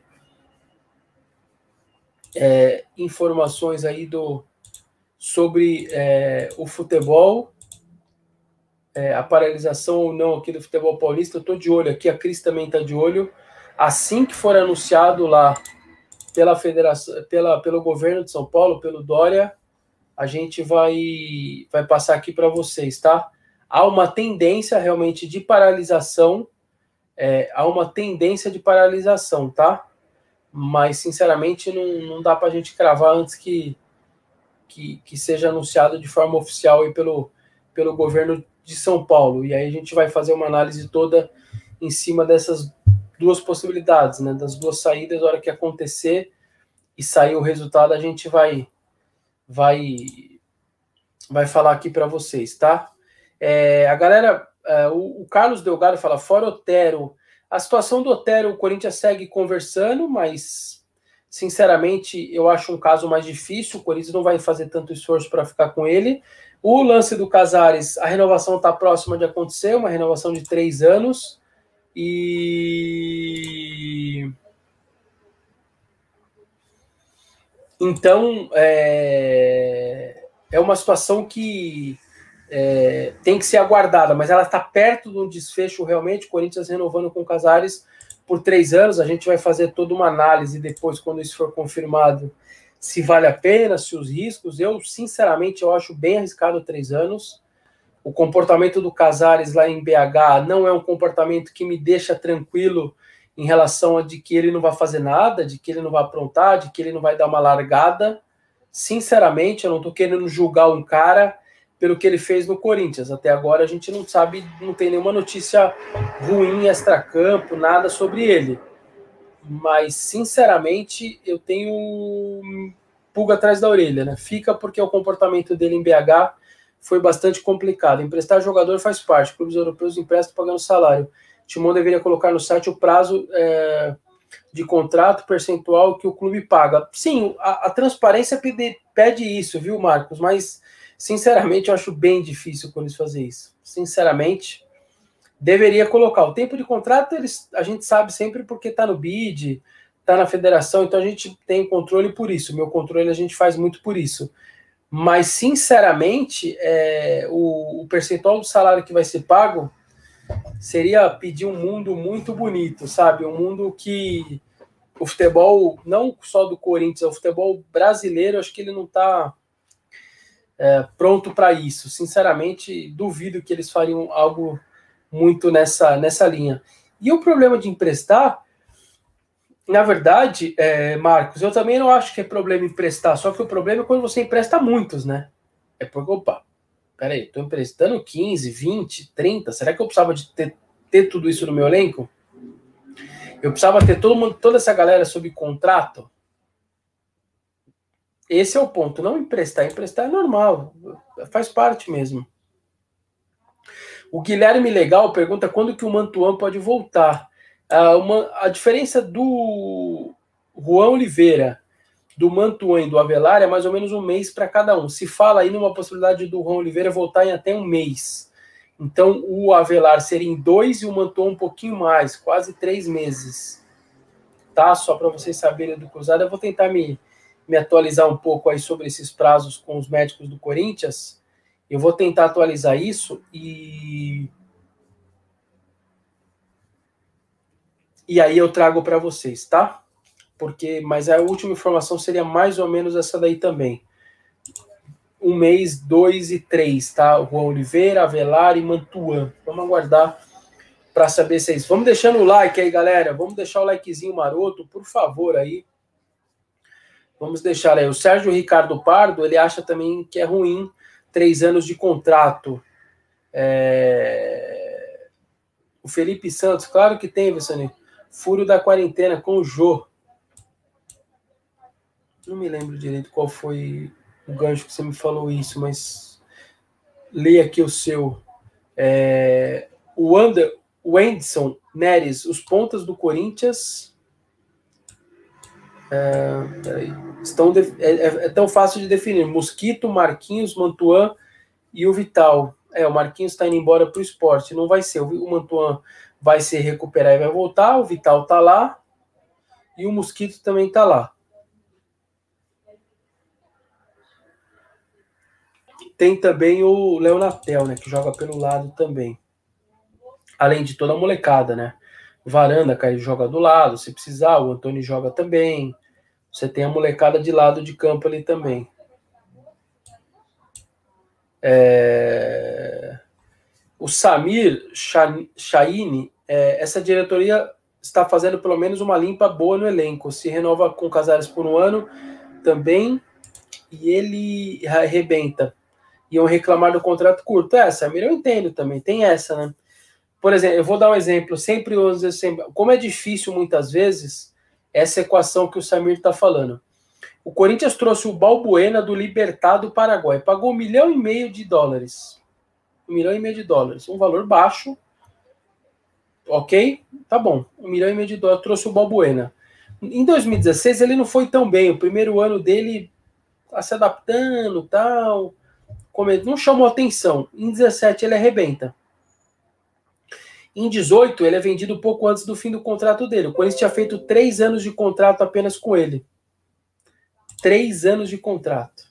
é, informações aí do, sobre é, o futebol, é, a paralisação ou não aqui do futebol paulista. Eu estou de olho aqui, a Cris também está de olho. Assim que for anunciado lá pela federação, pela, pelo governo de São Paulo, pelo Dória, a gente vai, vai passar aqui para vocês, tá? Há uma tendência realmente de paralisação, é, há uma tendência de paralisação, tá? Mas, sinceramente, não, não dá para a gente cravar antes que, que, que seja anunciado de forma oficial aí pelo, pelo governo de São Paulo. E aí a gente vai fazer uma análise toda em cima dessas duas possibilidades, né? Das duas saídas, na hora que acontecer e sair o resultado, a gente vai vai, vai falar aqui para vocês, tá? É, a galera, é, o, o Carlos Delgado fala, fora Otero. A situação do Otero, o Corinthians segue conversando, mas, sinceramente, eu acho um caso mais difícil. O Corinthians não vai fazer tanto esforço para ficar com ele. O lance do Casares, a renovação está próxima de acontecer, uma renovação de três anos. E... Então, é, é uma situação que é, tem que ser aguardada, mas ela está perto de um desfecho realmente. O Corinthians renovando com o Casares por três anos. A gente vai fazer toda uma análise depois, quando isso for confirmado, se vale a pena, se os riscos. Eu, sinceramente, eu acho bem arriscado três anos. O comportamento do Casares lá em B H não é um comportamento que me deixa tranquilo em relação a de que ele não vai fazer nada, de que ele não vai aprontar, de que ele não vai dar uma largada. Sinceramente, eu não estou querendo julgar um cara pelo que ele fez no Corinthians. Até agora a gente não sabe, não tem nenhuma notícia ruim extracampo, nada sobre ele. Mas, sinceramente, eu tenho pulga atrás da orelha, né? Fica porque o comportamento dele em B H foi bastante complicado. Emprestar jogador faz parte. Clubes europeus emprestam pagando salário. O Timão deveria colocar no site o prazo é, de contrato percentual que o clube paga. Sim, a, a transparência pede, pede isso, viu, Marcos? Mas, sinceramente, eu acho bem difícil quando eles fazem isso. Sinceramente, deveria colocar. O tempo de contrato, eles, a gente sabe sempre porque está no B I D, está na federação, então a gente tem controle por isso. O meu controle a gente faz muito por isso. Mas, sinceramente, é, o, o percentual do salário que vai ser pago seria pedir um mundo muito bonito, sabe? Um mundo que o futebol, não só do Corinthians, o futebol brasileiro, acho que ele não está é, pronto para isso. Sinceramente, duvido que eles fariam algo muito nessa, nessa linha. E o problema de emprestar, na verdade, é, Marcos, eu também não acho que é problema emprestar, só que o problema é quando você empresta muitos, né? É porque, opa, peraí, estou emprestando quinze, vinte, trinta, será que eu precisava de ter, ter tudo isso no meu elenco? Eu precisava ter todo mundo, toda essa galera sob contrato? Esse é o ponto, não emprestar. Emprestar é normal, faz parte mesmo. O Guilherme Legal pergunta quando que o Mantuan pode voltar. Ah, uma, a diferença do Juan Oliveira, do Mantuan e do Avelar é mais ou menos um mês para cada um. Se fala aí numa possibilidade do Juan Oliveira voltar em até um mês. Então o Avelar seria em dois e o Mantuan um pouquinho mais, quase três meses. Tá? Só para vocês saberem do cruzado. Eu vou tentar me, me atualizar um pouco aí sobre esses prazos com os médicos do Corinthians. Eu vou tentar atualizar isso e... E aí eu trago para vocês, tá? Porque, mas a última informação seria mais ou menos essa daí também. Um mês, dois e três, tá? Juan Oliveira, Avelar e Mantuan. Vamos aguardar para saber se é isso. Vamos deixando o like aí, galera. Vamos deixar o likezinho maroto, por favor, aí. Vamos deixar aí. O Sérgio Ricardo Pardo, ele acha também que é ruim três anos de contrato. É... O Felipe Santos, claro que tem, Vissani. Furo da quarentena com o Jô. Não me lembro direito qual foi o gancho que você me falou isso, mas leia aqui o seu. É... O Ander, o Anderson Neres, os pontas do Corinthians é... Peraí. Estão de... é, é, é tão fácil de definir. Mosquito, Marquinhos, Mantuan e o Vital. É, o Marquinhos está indo embora para o esporte. Não vai ser. O Mantuan vai se recuperar e vai voltar. O Vital está lá. E o Mosquito também está lá. Tem também o Leonatel, né, que joga pelo lado também. Além de toda a molecada, né? O Varanda cai, joga do lado, se precisar. O Antônio joga também. Você tem a molecada de lado de campo ali também. É... O Samir Chaine, é, essa diretoria está fazendo pelo menos uma limpa boa no elenco. Se renova com Casares por um ano também e ele arrebenta. Iam reclamar do contrato curto. É, Samir, eu entendo também. Tem essa, né? Por exemplo, eu vou dar um exemplo. Sempre uso sempre. Como é difícil muitas vezes essa equação que o Samir está falando. O Corinthians trouxe o Balbuena do Libertad do Paraguai. Pagou um milhão e meio de dólares. Um milhão e meio de dólares. Um valor baixo. Ok? Tá bom. Um milhão e meio de dólares. Trouxe o Balbuena. Em dois mil e dezesseis ele não foi tão bem. O primeiro ano dele tá se adaptando e tal. Não chamou atenção. Em dezessete ele arrebenta. Em dezoito ele é vendido pouco antes do fim do contrato dele. O Corinthians tinha feito três anos de contrato apenas com ele. Três anos de contrato.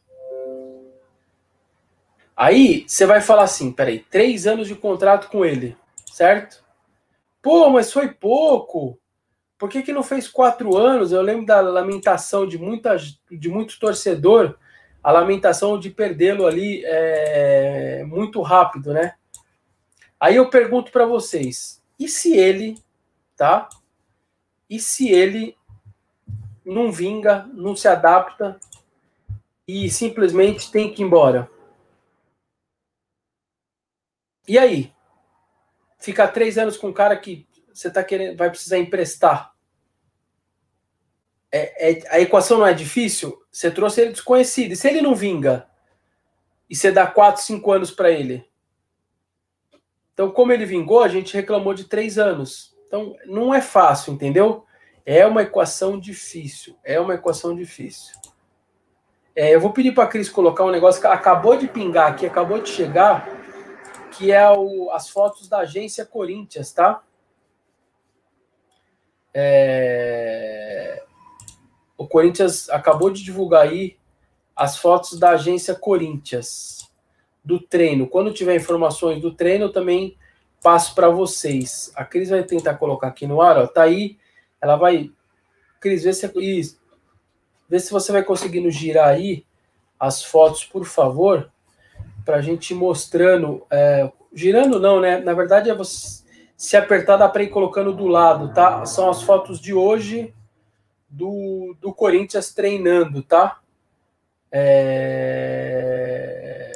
Aí você vai falar assim, peraí, três anos de contrato com ele, certo? Pô, mas foi pouco. Por que que não fez quatro anos? Eu lembro da lamentação de, muita, de muito torcedor, a lamentação de perdê-lo ali é, muito rápido, né? Aí eu pergunto para vocês, e se ele, tá? E se ele não vinga, não se adapta e simplesmente tem que ir embora? E aí? Ficar três anos com um cara que você tá querendo, vai precisar emprestar. É, é, a equação não é difícil? Você trouxe ele desconhecido. E se ele não vinga? E você dá quatro, cinco anos para ele? Então, como ele vingou, a gente reclamou de três anos. Então, não é fácil, entendeu? É uma equação difícil. É uma equação difícil. É, eu vou pedir para a Cris colocar um negócio que acabou de pingar aqui, acabou de chegar, que é o, as fotos da agência Corinthians, tá? É... O Corinthians acabou de divulgar aí as fotos da agência Corinthians, do treino. Quando tiver informações do treino, eu também passo para vocês. A Cris vai tentar colocar aqui no ar, ó, tá aí. Ela vai... Cris, vê se, isso. Vê se você vai conseguindo girar aí as fotos, por favor, para a gente ir mostrando. É... Girando não, né? Na verdade, é você... se apertar, dá para ir colocando do lado, tá? São as fotos de hoje do, do Corinthians treinando, tá? É...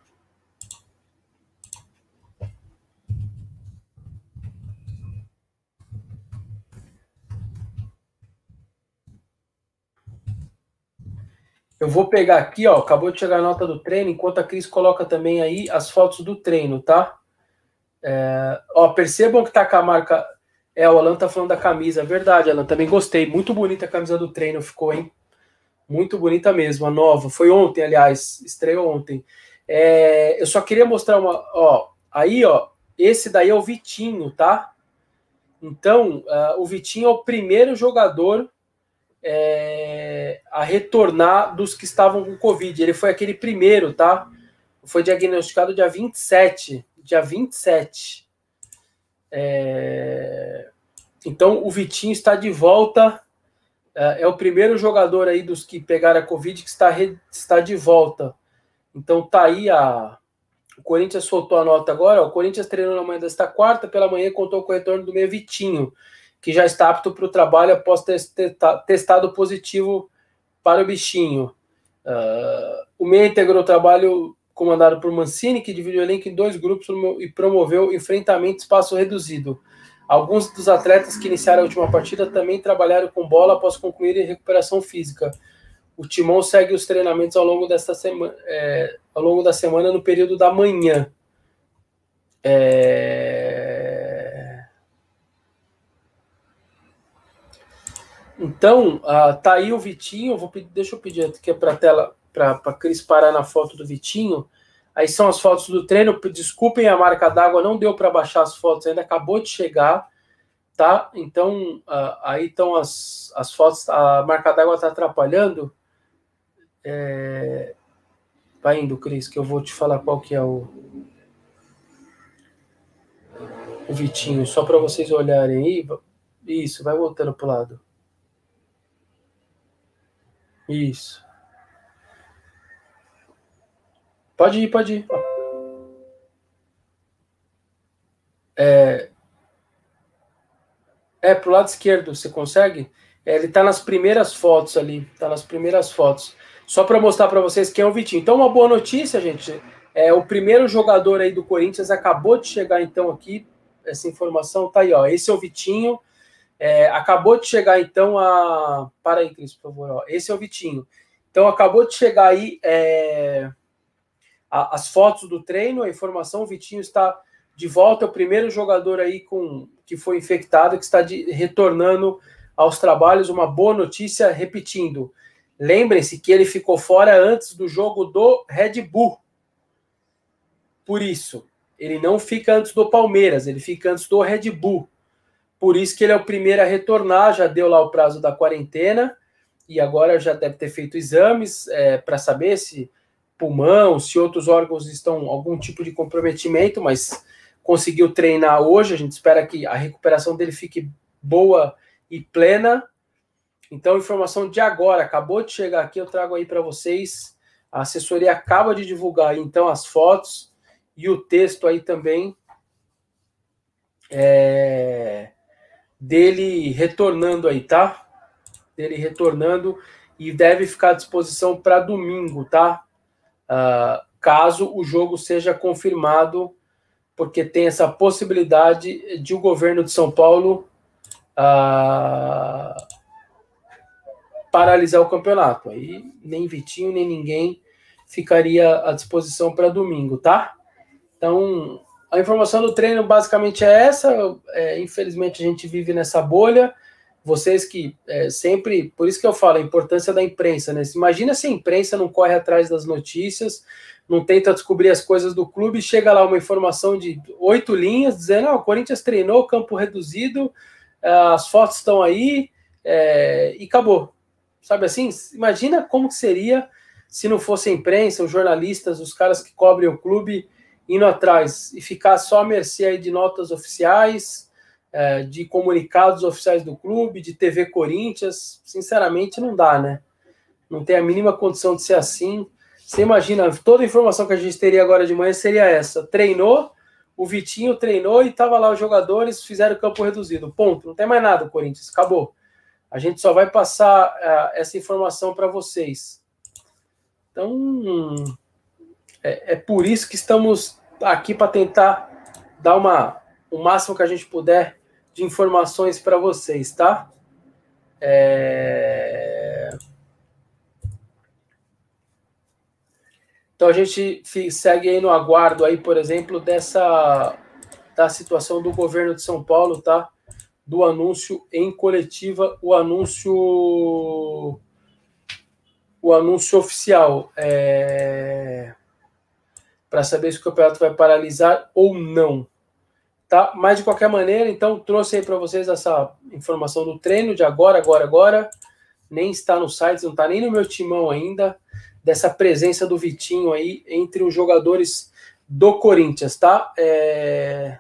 Eu vou pegar aqui, ó, acabou de chegar a nota do treino, enquanto a Cris coloca também aí as fotos do treino, tá? É... Ó, percebam que tá com a marca... É, o Alan tá falando da camisa, é verdade, Alan, também gostei, muito bonita a camisa do treino ficou, hein? Muito bonita mesmo, a nova, foi ontem, aliás, estreou ontem. É... Eu só queria mostrar uma, ó, aí, ó, esse daí é o Vitinho, tá? Então, uh, o Vitinho é o primeiro jogador é, a retornar dos que estavam com Covid. Ele foi aquele primeiro, tá? Foi diagnosticado dia vinte e sete. Dia vinte e sete. É, então, o Vitinho está de volta. É, é o primeiro jogador aí dos que pegaram a Covid que está, está de volta. Então, tá aí a... O Corinthians soltou a nota agora. Ó, o Corinthians treinou na manhã desta quarta. Pela manhã contou com o retorno do meio Vitinho, que já está apto para o trabalho após ter testado positivo para o bichinho. Uh, o meia integrou o trabalho comandado por Mancini, que dividiu o elenco em dois grupos e promoveu enfrentamento em espaço reduzido. Alguns dos atletas que iniciaram a última partida também trabalharam com bola após concluir a recuperação física. O Timão segue os treinamentos ao longo, desta semana, é, ao longo da semana no período da manhã. É... Então, uh, tá aí o Vitinho. Vou pedir, deixa eu pedir aqui para a tela, para a Cris parar na foto do Vitinho. Aí são as fotos do treino. Desculpem a marca d'água, não deu para baixar as fotos ainda, acabou de chegar, tá? Então, uh, aí estão as, as fotos. A marca d'água está atrapalhando. É... Vai indo, Cris, que eu vou te falar qual que é o, o Vitinho, só para vocês olharem aí. Isso, vai voltando para o lado. Isso. Pode ir, pode ir. É, é pro lado esquerdo, você consegue? É, ele tá nas primeiras fotos ali, tá nas primeiras fotos. Só para mostrar para vocês quem é o Vitinho. Então, uma boa notícia, gente. É, o primeiro jogador aí do Corinthians acabou de chegar, então, aqui. Essa informação tá aí, ó. Esse é o Vitinho. É, acabou de chegar, então, a... Para aí, Cris, por favor. Ó. Esse é o Vitinho. Então, acabou de chegar aí é... a, as fotos do treino, a informação. O Vitinho está de volta. É o primeiro jogador aí com... que foi infectado, que está de... retornando aos trabalhos. Uma boa notícia, repetindo. Lembrem-se que ele ficou fora antes do jogo do Red Bull. Por isso, ele não fica antes do Palmeiras, ele fica antes do Red Bull. Por isso que ele é o primeiro a retornar, já deu lá o prazo da quarentena, e agora já deve ter feito exames é, para saber se pulmão, se outros órgãos estão algum tipo de comprometimento, mas conseguiu treinar hoje. A gente espera que a recuperação dele fique boa e plena. Então, informação de agora, acabou de chegar aqui, eu trago aí para vocês. A assessoria acaba de divulgar aí, então, as fotos e o texto aí também é, dele retornando aí, tá? Dele retornando e deve ficar à disposição para domingo, tá? Uh, caso o jogo seja confirmado, porque tem essa possibilidade de o governo de São Paulo uh, paralisar o campeonato. Aí nem Vitinho, nem ninguém ficaria à disposição para domingo, tá? Então, a informação do treino basicamente é essa. É, infelizmente, a gente vive nessa bolha. Vocês que é, sempre... Por isso que eu falo a importância da imprensa, né? Imagina se a imprensa não corre atrás das notícias, não tenta descobrir as coisas do clube, chega lá uma informação de oito linhas, dizendo, ah, o Corinthians treinou, campo reduzido, as fotos estão aí, é, e acabou. Sabe assim? Imagina como seria se não fosse a imprensa, os jornalistas, os caras que cobrem o clube indo atrás e ficar só à mercê aí de notas oficiais, é, de comunicados oficiais do clube, de T V Corinthians. Sinceramente, não dá, né? Não tem a mínima condição de ser assim. Você imagina, toda a informação que a gente teria agora de manhã seria essa. Treinou, o Vitinho treinou e tava lá os jogadores, fizeram campo reduzido. Ponto. Não tem mais nada, Corinthians. Acabou. A gente só vai passar uh, essa informação para vocês. Então, é, é por isso que estamos aqui para tentar dar uma, o máximo que a gente puder de informações para vocês, tá? É... Então a gente segue aí no aguardo aí, por exemplo, dessa da situação do governo de São Paulo, tá? Do anúncio em coletiva, o anúncio o anúncio oficial é... para saber se o campeonato vai paralisar ou não, tá? Mas de qualquer maneira, então trouxe aí para vocês essa informação do treino de agora, agora, agora. Nem está no site, não está nem no meu timão ainda, dessa presença do Vitinho aí entre os jogadores do Corinthians, tá? É...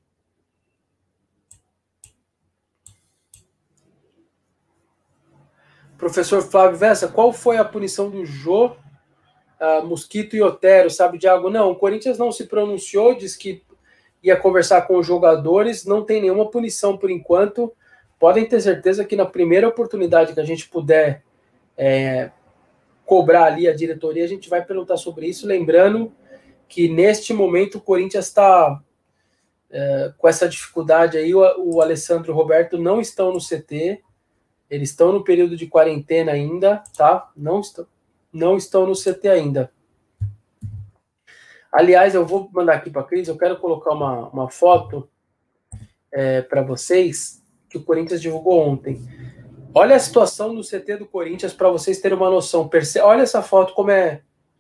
Professor Flávio Vessa, qual foi a punição do Jô, uh, Mosquito e Otero, sabe, Diago? Não, o Corinthians não se pronunciou, disse que ia conversar com os jogadores, não tem nenhuma punição por enquanto. Podem ter certeza que na primeira oportunidade que a gente puder é, cobrar ali a diretoria, a gente vai perguntar sobre isso, lembrando que neste momento o Corinthians está é, com essa dificuldade aí, o, o Alessandro e o Roberto não estão no C T, eles estão no período de quarentena ainda, tá? Não estão, não estão no C T ainda. Aliás, eu vou mandar aqui para a Cris, eu quero colocar uma, uma foto é, para vocês, que o Corinthians divulgou ontem. Olha a situação do C T do Corinthians para vocês terem uma noção. Perce... Olha essa foto como é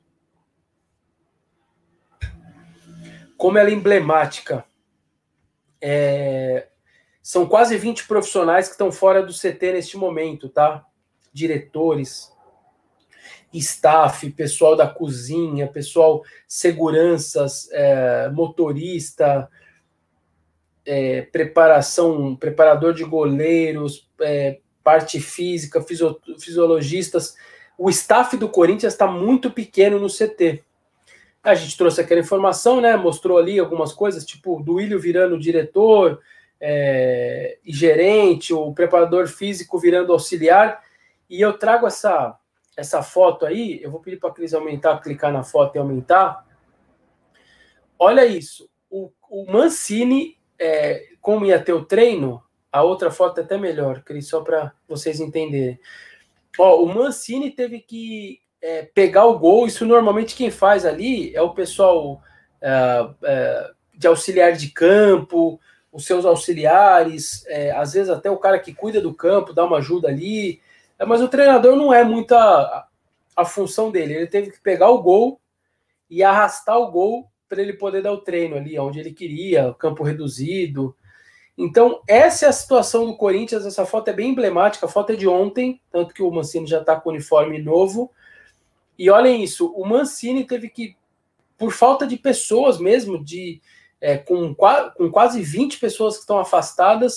como ela é emblemática. É... São quase vinte profissionais que estão fora do C T neste momento, tá? Diretores, staff, pessoal da cozinha, pessoal seguranças, é... motorista, é... preparação, preparador de goleiros, é... parte física, fisio, fisiologistas. O staff do Corinthians está muito pequeno no C T. A gente trouxe aquela informação, né? Mostrou ali algumas coisas, tipo do Willio virando diretor é, e gerente, o preparador físico virando auxiliar. E eu trago essa, essa foto aí, eu vou pedir para a Cris aumentar, clicar na foto e aumentar. Olha isso. O, o Mancini, é, como ia ter o treino, a outra foto é até melhor, Cris, só para vocês entenderem. Ó, o Mancini teve que é, pegar o gol. Isso normalmente quem faz ali é o pessoal é, é, de auxiliar de campo, os seus auxiliares, é, às vezes até o cara que cuida do campo, dá uma ajuda ali. É, mas o treinador não é muito a, a função dele. Ele teve que pegar o gol e arrastar o gol para ele poder dar o treino ali, onde ele queria, campo reduzido. Então, essa é a situação do Corinthians. Essa foto é bem emblemática, a foto é de ontem, tanto que o Mancini já está com o uniforme novo. E olhem isso, o Mancini teve que, por falta de pessoas mesmo, de, é, com, com quase vinte pessoas que estão afastadas,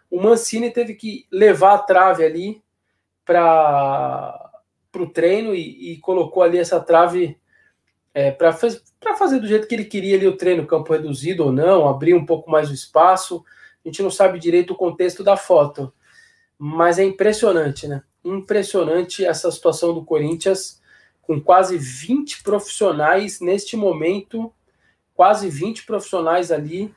o Mancini teve que levar a trave ali para o treino e, e colocou ali essa trave é, para fazer do jeito que ele queria ali o treino, campo reduzido ou não, abrir um pouco mais o espaço. A gente não sabe direito o contexto da foto, mas é impressionante, né? Impressionante essa situação do Corinthians, com quase vinte profissionais neste momento, quase vinte profissionais ali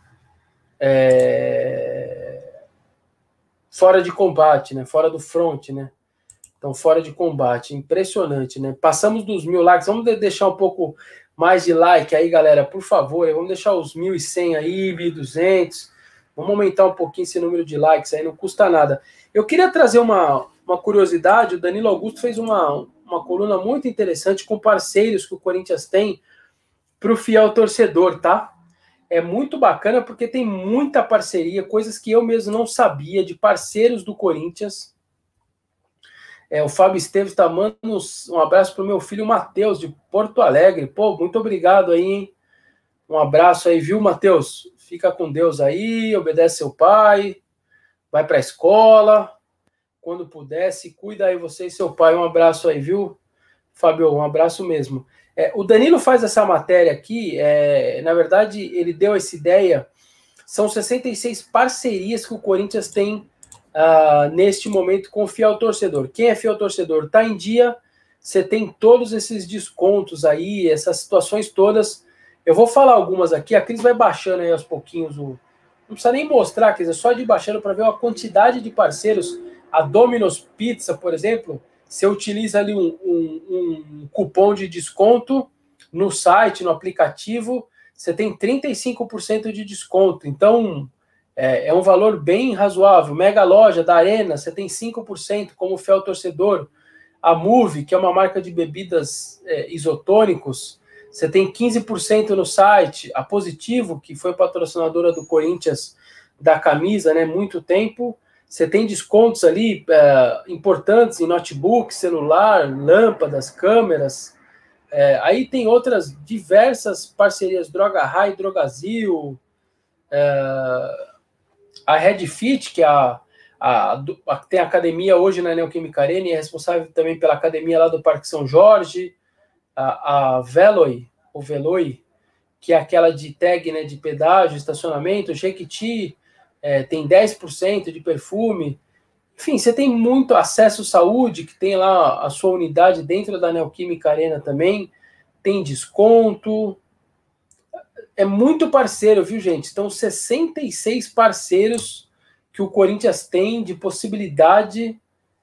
é... fora de combate, né? Fora do front, né? Então, fora de combate. Impressionante, né? Passamos dos mil likes. Vamos deixar um pouco mais de like aí, galera, por favor. Vamos deixar os mil e cem aí, mil e duzentos. Vamos aumentar um pouquinho esse número de likes aí, não custa nada. Eu queria trazer uma, uma curiosidade. O Danilo Augusto fez uma, uma coluna muito interessante com parceiros que o Corinthians tem para o fiel torcedor, tá? É muito bacana porque tem muita parceria, coisas que eu mesmo não sabia, de parceiros do Corinthians. É, o Fábio Esteves está mandando um abraço para o meu filho Matheus, de Porto Alegre. Pô, muito obrigado aí, hein? Um abraço aí, viu, Matheus? Fica com Deus aí, obedece seu pai, vai para a escola, quando puder, se cuida aí você e seu pai. Um abraço aí, viu, Fábio? Um abraço mesmo. É, o Danilo faz essa matéria aqui, é, na verdade, ele deu essa ideia, são sessenta e seis parcerias que o Corinthians tem Uh, neste momento com o fiel torcedor. Quem é fiel torcedor está em dia, você tem todos esses descontos aí, essas situações todas. Eu vou falar algumas aqui, a Cris vai baixando aí aos pouquinhos, o... não precisa nem mostrar, Cris, é só de ir baixando para ver a quantidade de parceiros. A Domino's Pizza, por exemplo, você utiliza ali um, um, um cupom de desconto no site, no aplicativo, você tem trinta e cinco por cento de desconto. Então, É, é um valor bem razoável. Mega Loja da Arena, você tem cinco por cento como fiel torcedor. A Move, que é uma marca de bebidas é, isotônicos, você tem quinze por cento no site. A Positivo, que foi patrocinadora do Corinthians da camisa, né, muito tempo, você tem descontos ali é, importantes em notebook, celular, lâmpadas, câmeras. É, aí tem outras diversas parcerias, Droga High, Drogazil, é, a Red Fit, que é a, a, a, tem academia hoje na Neoquímica Arena e é responsável também pela academia lá do Parque São Jorge. A, a Veloy, o Veloy, que é aquela de tag, né, de pedágio, estacionamento. Jequiti é, tem dez por cento de perfume. Enfim, você tem muito acesso saúde, que tem lá a sua unidade dentro da Neoquímica Arena também. Tem desconto. É muito parceiro, viu, gente? Então, sessenta e seis parceiros que o Corinthians tem de possibilidade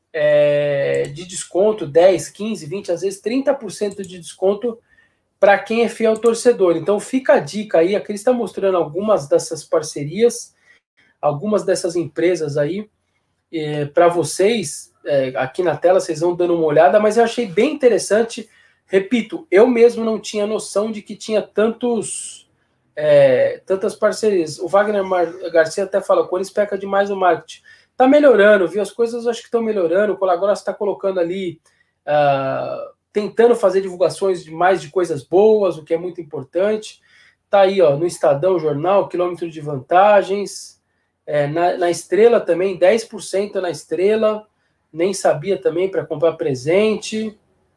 é, de desconto, dez, quinze, vinte, às vezes trinta por cento de desconto para quem é fiel torcedor. Então, fica a dica aí. A Cris está mostrando algumas dessas parcerias, algumas dessas empresas aí é, para vocês. É, aqui na tela, vocês vão dando uma olhada, mas eu achei bem interessante. Repito, eu mesmo não tinha noção de que tinha tantos... É, tantas parcerias. O Wagner Mar Garcia até fala, o Corinthians peca demais no marketing. Tá melhorando, viu? As coisas acho que estão melhorando. O Colagross está colocando ali, uh, tentando fazer divulgações de mais de coisas boas, o que é muito importante. Tá aí, ó, no Estadão Jornal, quilômetro de vantagens. É, na, na Estrela também, dez por cento na Estrela. Nem sabia também para comprar presente.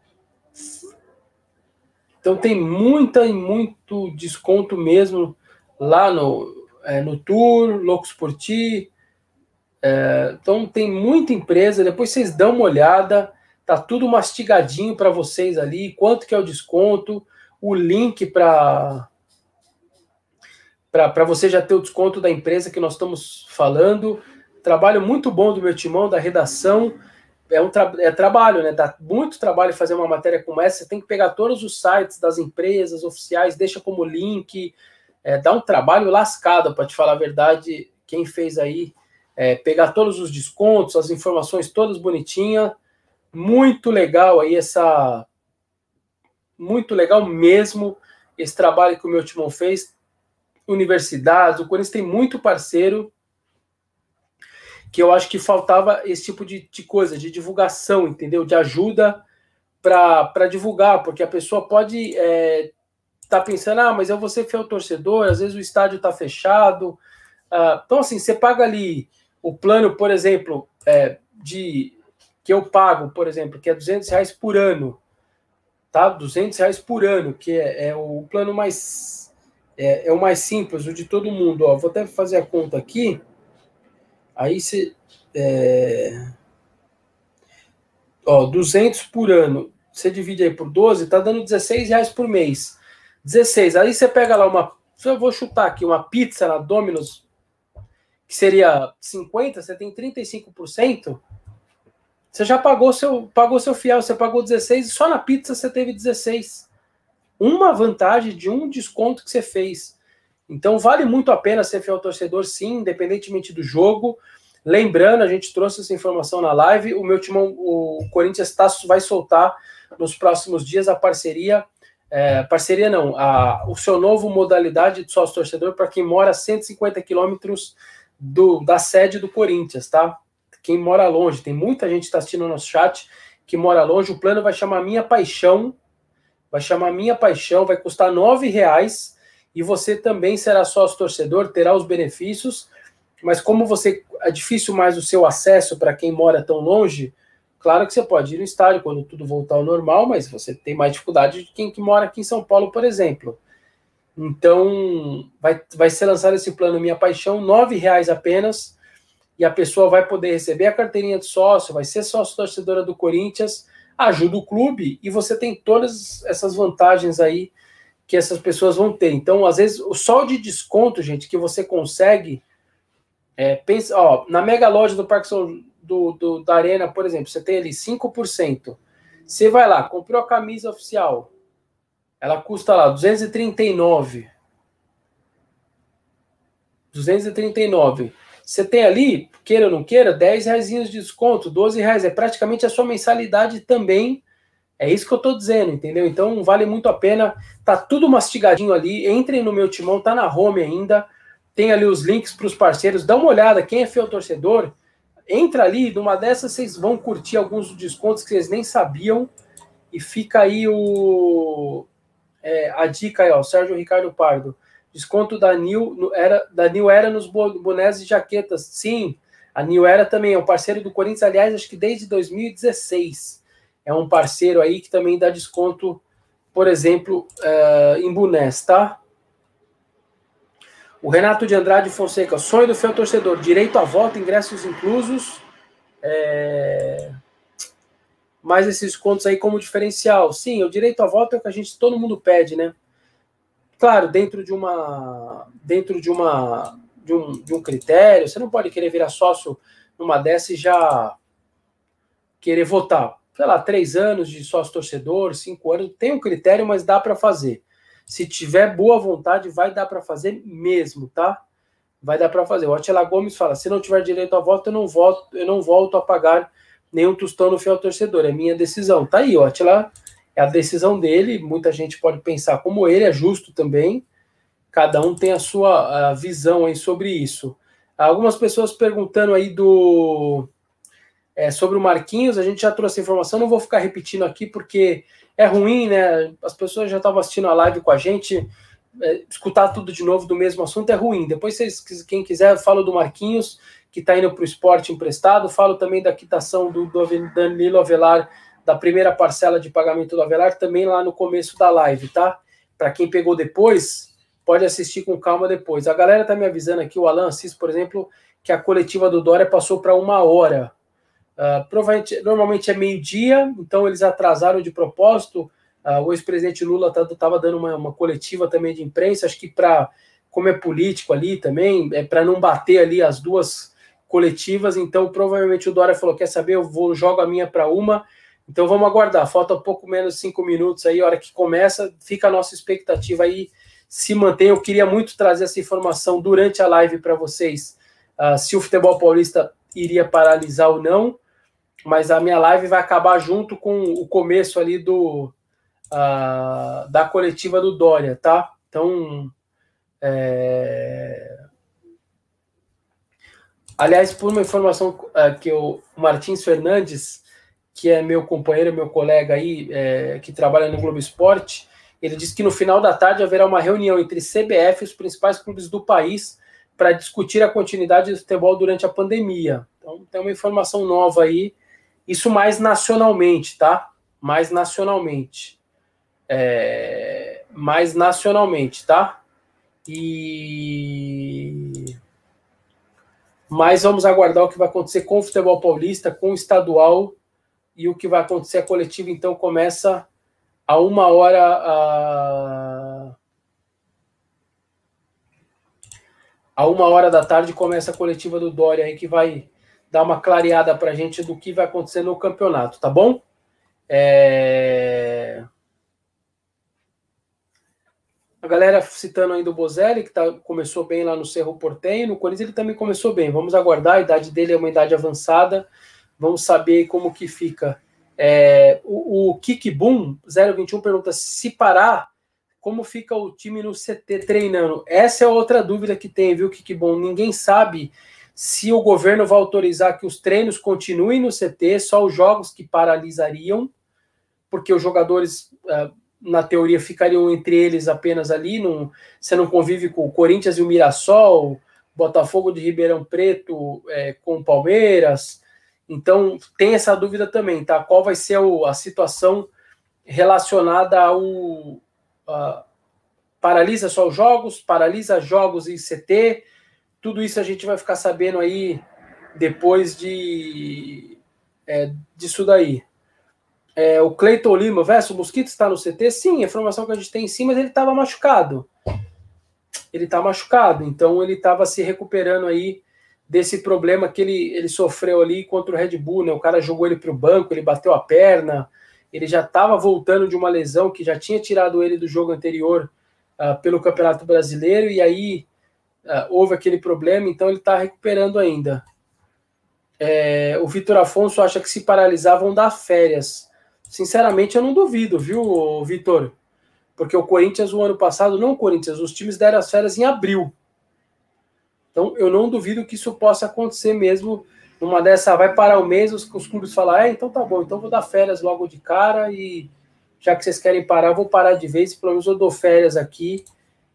Então tem muita e muito desconto mesmo lá no, é, no Tour, Loucos por Ti. É, então tem muita empresa, depois vocês dão uma olhada, tá tudo mastigadinho para vocês ali, quanto que é o desconto, o link para para você já ter o desconto da empresa que nós estamos falando. Trabalho muito bom do meu timão, da redação. É um tra é trabalho, né? Dá muito trabalho fazer uma matéria como essa. Você tem que pegar todos os sites das empresas oficiais, deixa como link. É, dá um trabalho lascado, para te falar a verdade. Quem fez aí, é, pegar todos os descontos, as informações todas bonitinhas. Muito legal aí essa... Muito legal mesmo esse trabalho que o meu timão fez. Universidades, o Corinthians tem muito parceiro, que eu acho que faltava esse tipo de, de coisa, de divulgação, entendeu? De ajuda para divulgar, porque a pessoa pode estar é, tá pensando, ah, mas eu vou ser fiel torcedor, às vezes o estádio está fechado. Ah, então, assim, você paga ali o plano, por exemplo, é, de que eu pago, por exemplo, que é duzentos reais por ano, tá? duzentos reais por ano, que é, é o plano mais é, é o mais simples, o de todo mundo. Ó, vou até fazer a conta aqui. Aí você é, ó, duzentos por ano, você divide aí por doze, tá dando dezesseis reais por mês. dezesseis. Aí você pega lá uma, eu vou chutar aqui, uma pizza na Domino's, que seria cinquenta, você tem trinta e cinco por cento. Você já pagou seu, pagou seu fiel, você pagou dezesseis e só na pizza você teve dezesseis. Uma vantagem de um desconto que você fez. Então vale muito a pena ser fiel torcedor, sim, independentemente do jogo. Lembrando, a gente trouxe essa informação na live, o meu timão, o Corinthians tá, vai soltar nos próximos dias a parceria, é, parceria não, a, o seu novo modalidade de sócio torcedor para quem mora a cento e cinquenta quilômetros da sede do Corinthians, tá? Quem mora longe, tem muita gente que está assistindo no nosso chat que mora longe, o plano vai chamar Minha Paixão, vai chamar Minha Paixão, vai custar nove reais e você também será sócio torcedor, terá os benefícios, mas como você é difícil mais o seu acesso para quem mora tão longe, claro que você pode ir no estádio quando tudo voltar ao normal, mas você tem mais dificuldade de quem que mora aqui em São Paulo, por exemplo. Então, vai, vai ser lançado esse plano Minha Paixão, nove reais apenas, e a pessoa vai poder receber a carteirinha de sócio, vai ser sócio torcedora do Corinthians, ajuda o clube, e você tem todas essas vantagens aí que essas pessoas vão ter. Então, às vezes, o só de desconto, gente, que você consegue, é, pensa, ó, na mega loja do Parque São, do, do, da Arena, por exemplo, você tem ali cinco por cento. Você vai lá, comprou a camisa oficial, ela custa lá duzentos e trinta e nove. duzentos e trinta e nove. Você tem ali, queira ou não queira, dez reais de desconto, doze reais. É praticamente a sua mensalidade também. É isso que eu tô dizendo, entendeu? Então vale muito a pena. Tá tudo mastigadinho ali. Entrem no meu timão, tá na home ainda. Tem ali os links para os parceiros. Dá uma olhada, quem é fiel torcedor, entra ali. Numa dessas vocês vão curtir alguns dos descontos que vocês nem sabiam. E fica aí o... É, a dica aí, ó, Sérgio Ricardo Pardo. Desconto da New Era, da New Era nos bonés e jaquetas. Sim, a New Era também é um parceiro do Corinthians, aliás, acho que desde dois mil e dezesseis. É um parceiro aí que também dá desconto, por exemplo, uh, em bonés, tá? O Renato de Andrade Fonseca, sonho do fiel torcedor, direito a voto, ingressos inclusos. É... Mais esses descontos aí como diferencial. Sim, o direito a voto é o que a gente, todo mundo pede, né? Claro, dentro de uma dentro de uma de um, de um critério, você não pode querer virar sócio numa dessa e já querer votar. Sei lá, três anos de sócio torcedor, cinco anos, tem um critério, mas dá para fazer. Se tiver boa vontade, vai dar para fazer mesmo, tá? Vai dar para fazer. O Atila Gomes fala: se não tiver direito a voto, eu não voto, eu não volto a pagar nenhum tostão no fiel torcedor. É minha decisão. Tá aí, o Atila. É a decisão dele, muita gente pode pensar como ele, é justo também, cada um tem a sua a visão aí sobre isso. Algumas pessoas perguntando aí do é, sobre o Marquinhos, a gente já trouxe a informação, não vou ficar repetindo aqui porque é ruim, né? As pessoas já estavam assistindo a live com a gente, é, escutar tudo de novo do mesmo assunto é ruim. Depois, vocês, quem quiser, eu falo do Marquinhos, que está indo para o esporte emprestado, falo também da quitação do, do Danilo Avelar, da primeira parcela de pagamento do Avelar, também lá no começo da live, tá? Para quem pegou depois, pode assistir com calma depois. A galera tá me avisando aqui, o Alan Assis, por exemplo, que a coletiva do Dória passou para uma hora. Uh, provavelmente, normalmente é meio-dia, então eles atrasaram de propósito. Uh, o ex-presidente Lula estava dando uma, uma coletiva também de imprensa, acho que para, como é político ali também, é para não bater ali as duas coletivas, então provavelmente o Dória falou, quer saber, eu vou jogo a minha para uma. Então vamos aguardar, falta um pouco menos de cinco minutos aí, a hora que começa, fica a nossa expectativa aí, se mantém. Eu queria muito trazer essa informação durante a live para vocês, uh, se o futebol paulista iria paralisar ou não, mas a minha live vai acabar junto com o começo ali do, uh, da coletiva do Dória, tá? Então, é... aliás, por uma informação uh, que o Martins Fernandes, que é meu companheiro, meu colega aí, é, que trabalha no Globo Esporte, ele disse que no final da tarde haverá uma reunião entre C B F e os principais clubes do país para discutir a continuidade do futebol durante a pandemia. Então, tem uma informação nova aí, isso mais nacionalmente, tá? Mais nacionalmente. É, mais nacionalmente, tá? E... Mas vamos aguardar o que vai acontecer com o futebol paulista, com o estadual, e o que vai acontecer. A coletiva, então, começa a uma hora... A... A uma hora da tarde começa a coletiva do Dória aí, que vai dar uma clareada para a gente do que vai acontecer no campeonato, tá bom? É... A galera citando ainda o Bozelli, que tá, começou bem lá no Cerro Porteño, no Corinthians ele também começou bem. Vamos aguardar, a idade dele é uma idade avançada, vamos saber como que fica. É... O, o Kiki Boom, zero vinte e um, pergunta se parar, como fica o time no C T treinando? Essa é outra dúvida que tem, viu, Kiki Bom? Ninguém sabe se o governo vai autorizar que os treinos continuem no C T, só os jogos que paralisariam, porque os jogadores, na teoria, ficariam entre eles apenas ali, não, você não convive com o Corinthians e o Mirassol, Botafogo de Ribeirão Preto é, com o Palmeiras, então tem essa dúvida também, tá? Qual vai ser o, a situação relacionada ao... Uh, paralisa só os jogos, paralisa jogos em C T, tudo isso a gente vai ficar sabendo aí depois de é, disso daí. É, o Cleiton Lima, verso, o Mosquito está no C T? Sim, a informação que a gente tem em cima, mas ele estava machucado. Ele está machucado, então ele estava se recuperando aí desse problema que ele, ele sofreu ali contra o Red Bull, né? O cara jogou ele para o banco, ele bateu a perna, ele já estava voltando de uma lesão que já tinha tirado ele do jogo anterior uh, pelo Campeonato Brasileiro, e aí uh, houve aquele problema, então ele está recuperando ainda. É, o Vitor Afonso acha que se paralisar vão dar férias. Sinceramente, eu não duvido, viu, Vitor? Porque o Corinthians, o ano passado, não o Corinthians, os times deram as férias em abril. Então, eu não duvido que isso possa acontecer mesmo. Numa dessa, vai parar o mês, os, os clubes falam, é, então tá bom, então vou dar férias logo de cara e já que vocês querem parar, eu vou parar de vez, pelo menos eu dou férias aqui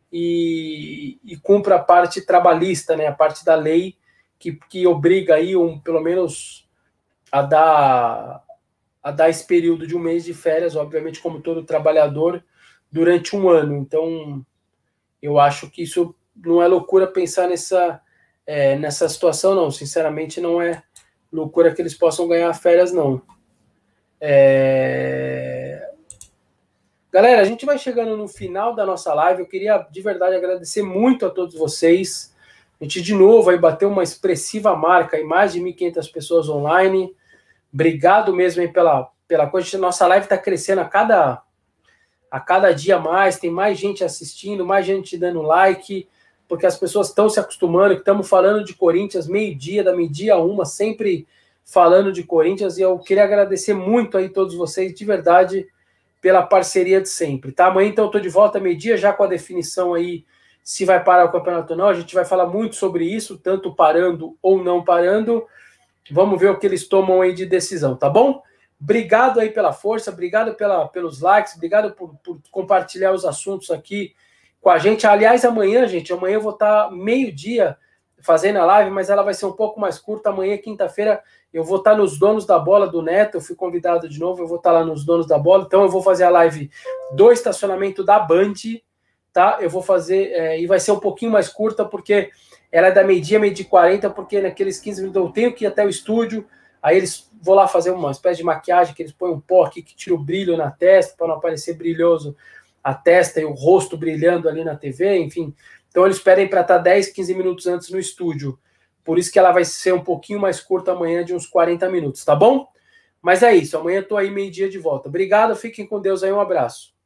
e, e cumpro a parte trabalhista, né, a parte da lei que, que obriga aí, um, pelo menos, a dar, a dar esse período de um mês de férias, obviamente, como todo trabalhador, durante um ano. Então, eu acho que isso não é loucura pensar nessa... É, nessa situação, não. Sinceramente, não é loucura que eles possam ganhar férias, não. É... Galera, a gente vai chegando no final da nossa live. Eu queria, de verdade, agradecer muito a todos vocês. A gente, de novo, aí bateu uma expressiva marca, aí mais de mil e quinhentas pessoas online. Obrigado mesmo aí pela, pela coisa. Nossa live está crescendo a cada, a cada dia mais. Tem mais gente assistindo, mais gente dando like, porque as pessoas estão se acostumando, que estamos falando de Corinthians, meio-dia, da meio-dia a uma, sempre falando de Corinthians, e eu queria agradecer muito aí todos vocês, de verdade, pela parceria de sempre, tá? Amanhã, então, eu estou de volta meio-dia, já com a definição aí, se vai parar o campeonato ou não, a gente vai falar muito sobre isso, tanto parando ou não parando, vamos ver o que eles tomam aí de decisão, tá bom? Obrigado aí pela força, obrigado pela, pelos likes, obrigado por, por compartilhar os assuntos aqui com a gente. Aliás, amanhã, gente, amanhã eu vou estar meio-dia fazendo a live, mas ela vai ser um pouco mais curta. Amanhã, quinta-feira, eu vou estar nos Donos da Bola do Neto, eu fui convidado de novo, eu vou estar lá nos Donos da Bola, então eu vou fazer a live do estacionamento da Band, tá? Eu vou fazer, é, e vai ser um pouquinho mais curta, porque ela é da meio-dia, meio-dia e quarenta, porque naqueles quinze minutos eu tenho que ir até o estúdio, aí eles vou lá fazer uma espécie de maquiagem, que eles põem um pó aqui que tira o brilho na testa, para não aparecer brilhoso a testa e o rosto brilhando ali na T V, enfim. Então eles pedem para estar dez, quinze minutos antes no estúdio. Por isso que ela vai ser um pouquinho mais curta amanhã, de uns quarenta minutos, tá bom? Mas é isso, amanhã eu tô aí meio-dia de volta. Obrigado, fiquem com Deus aí, um abraço.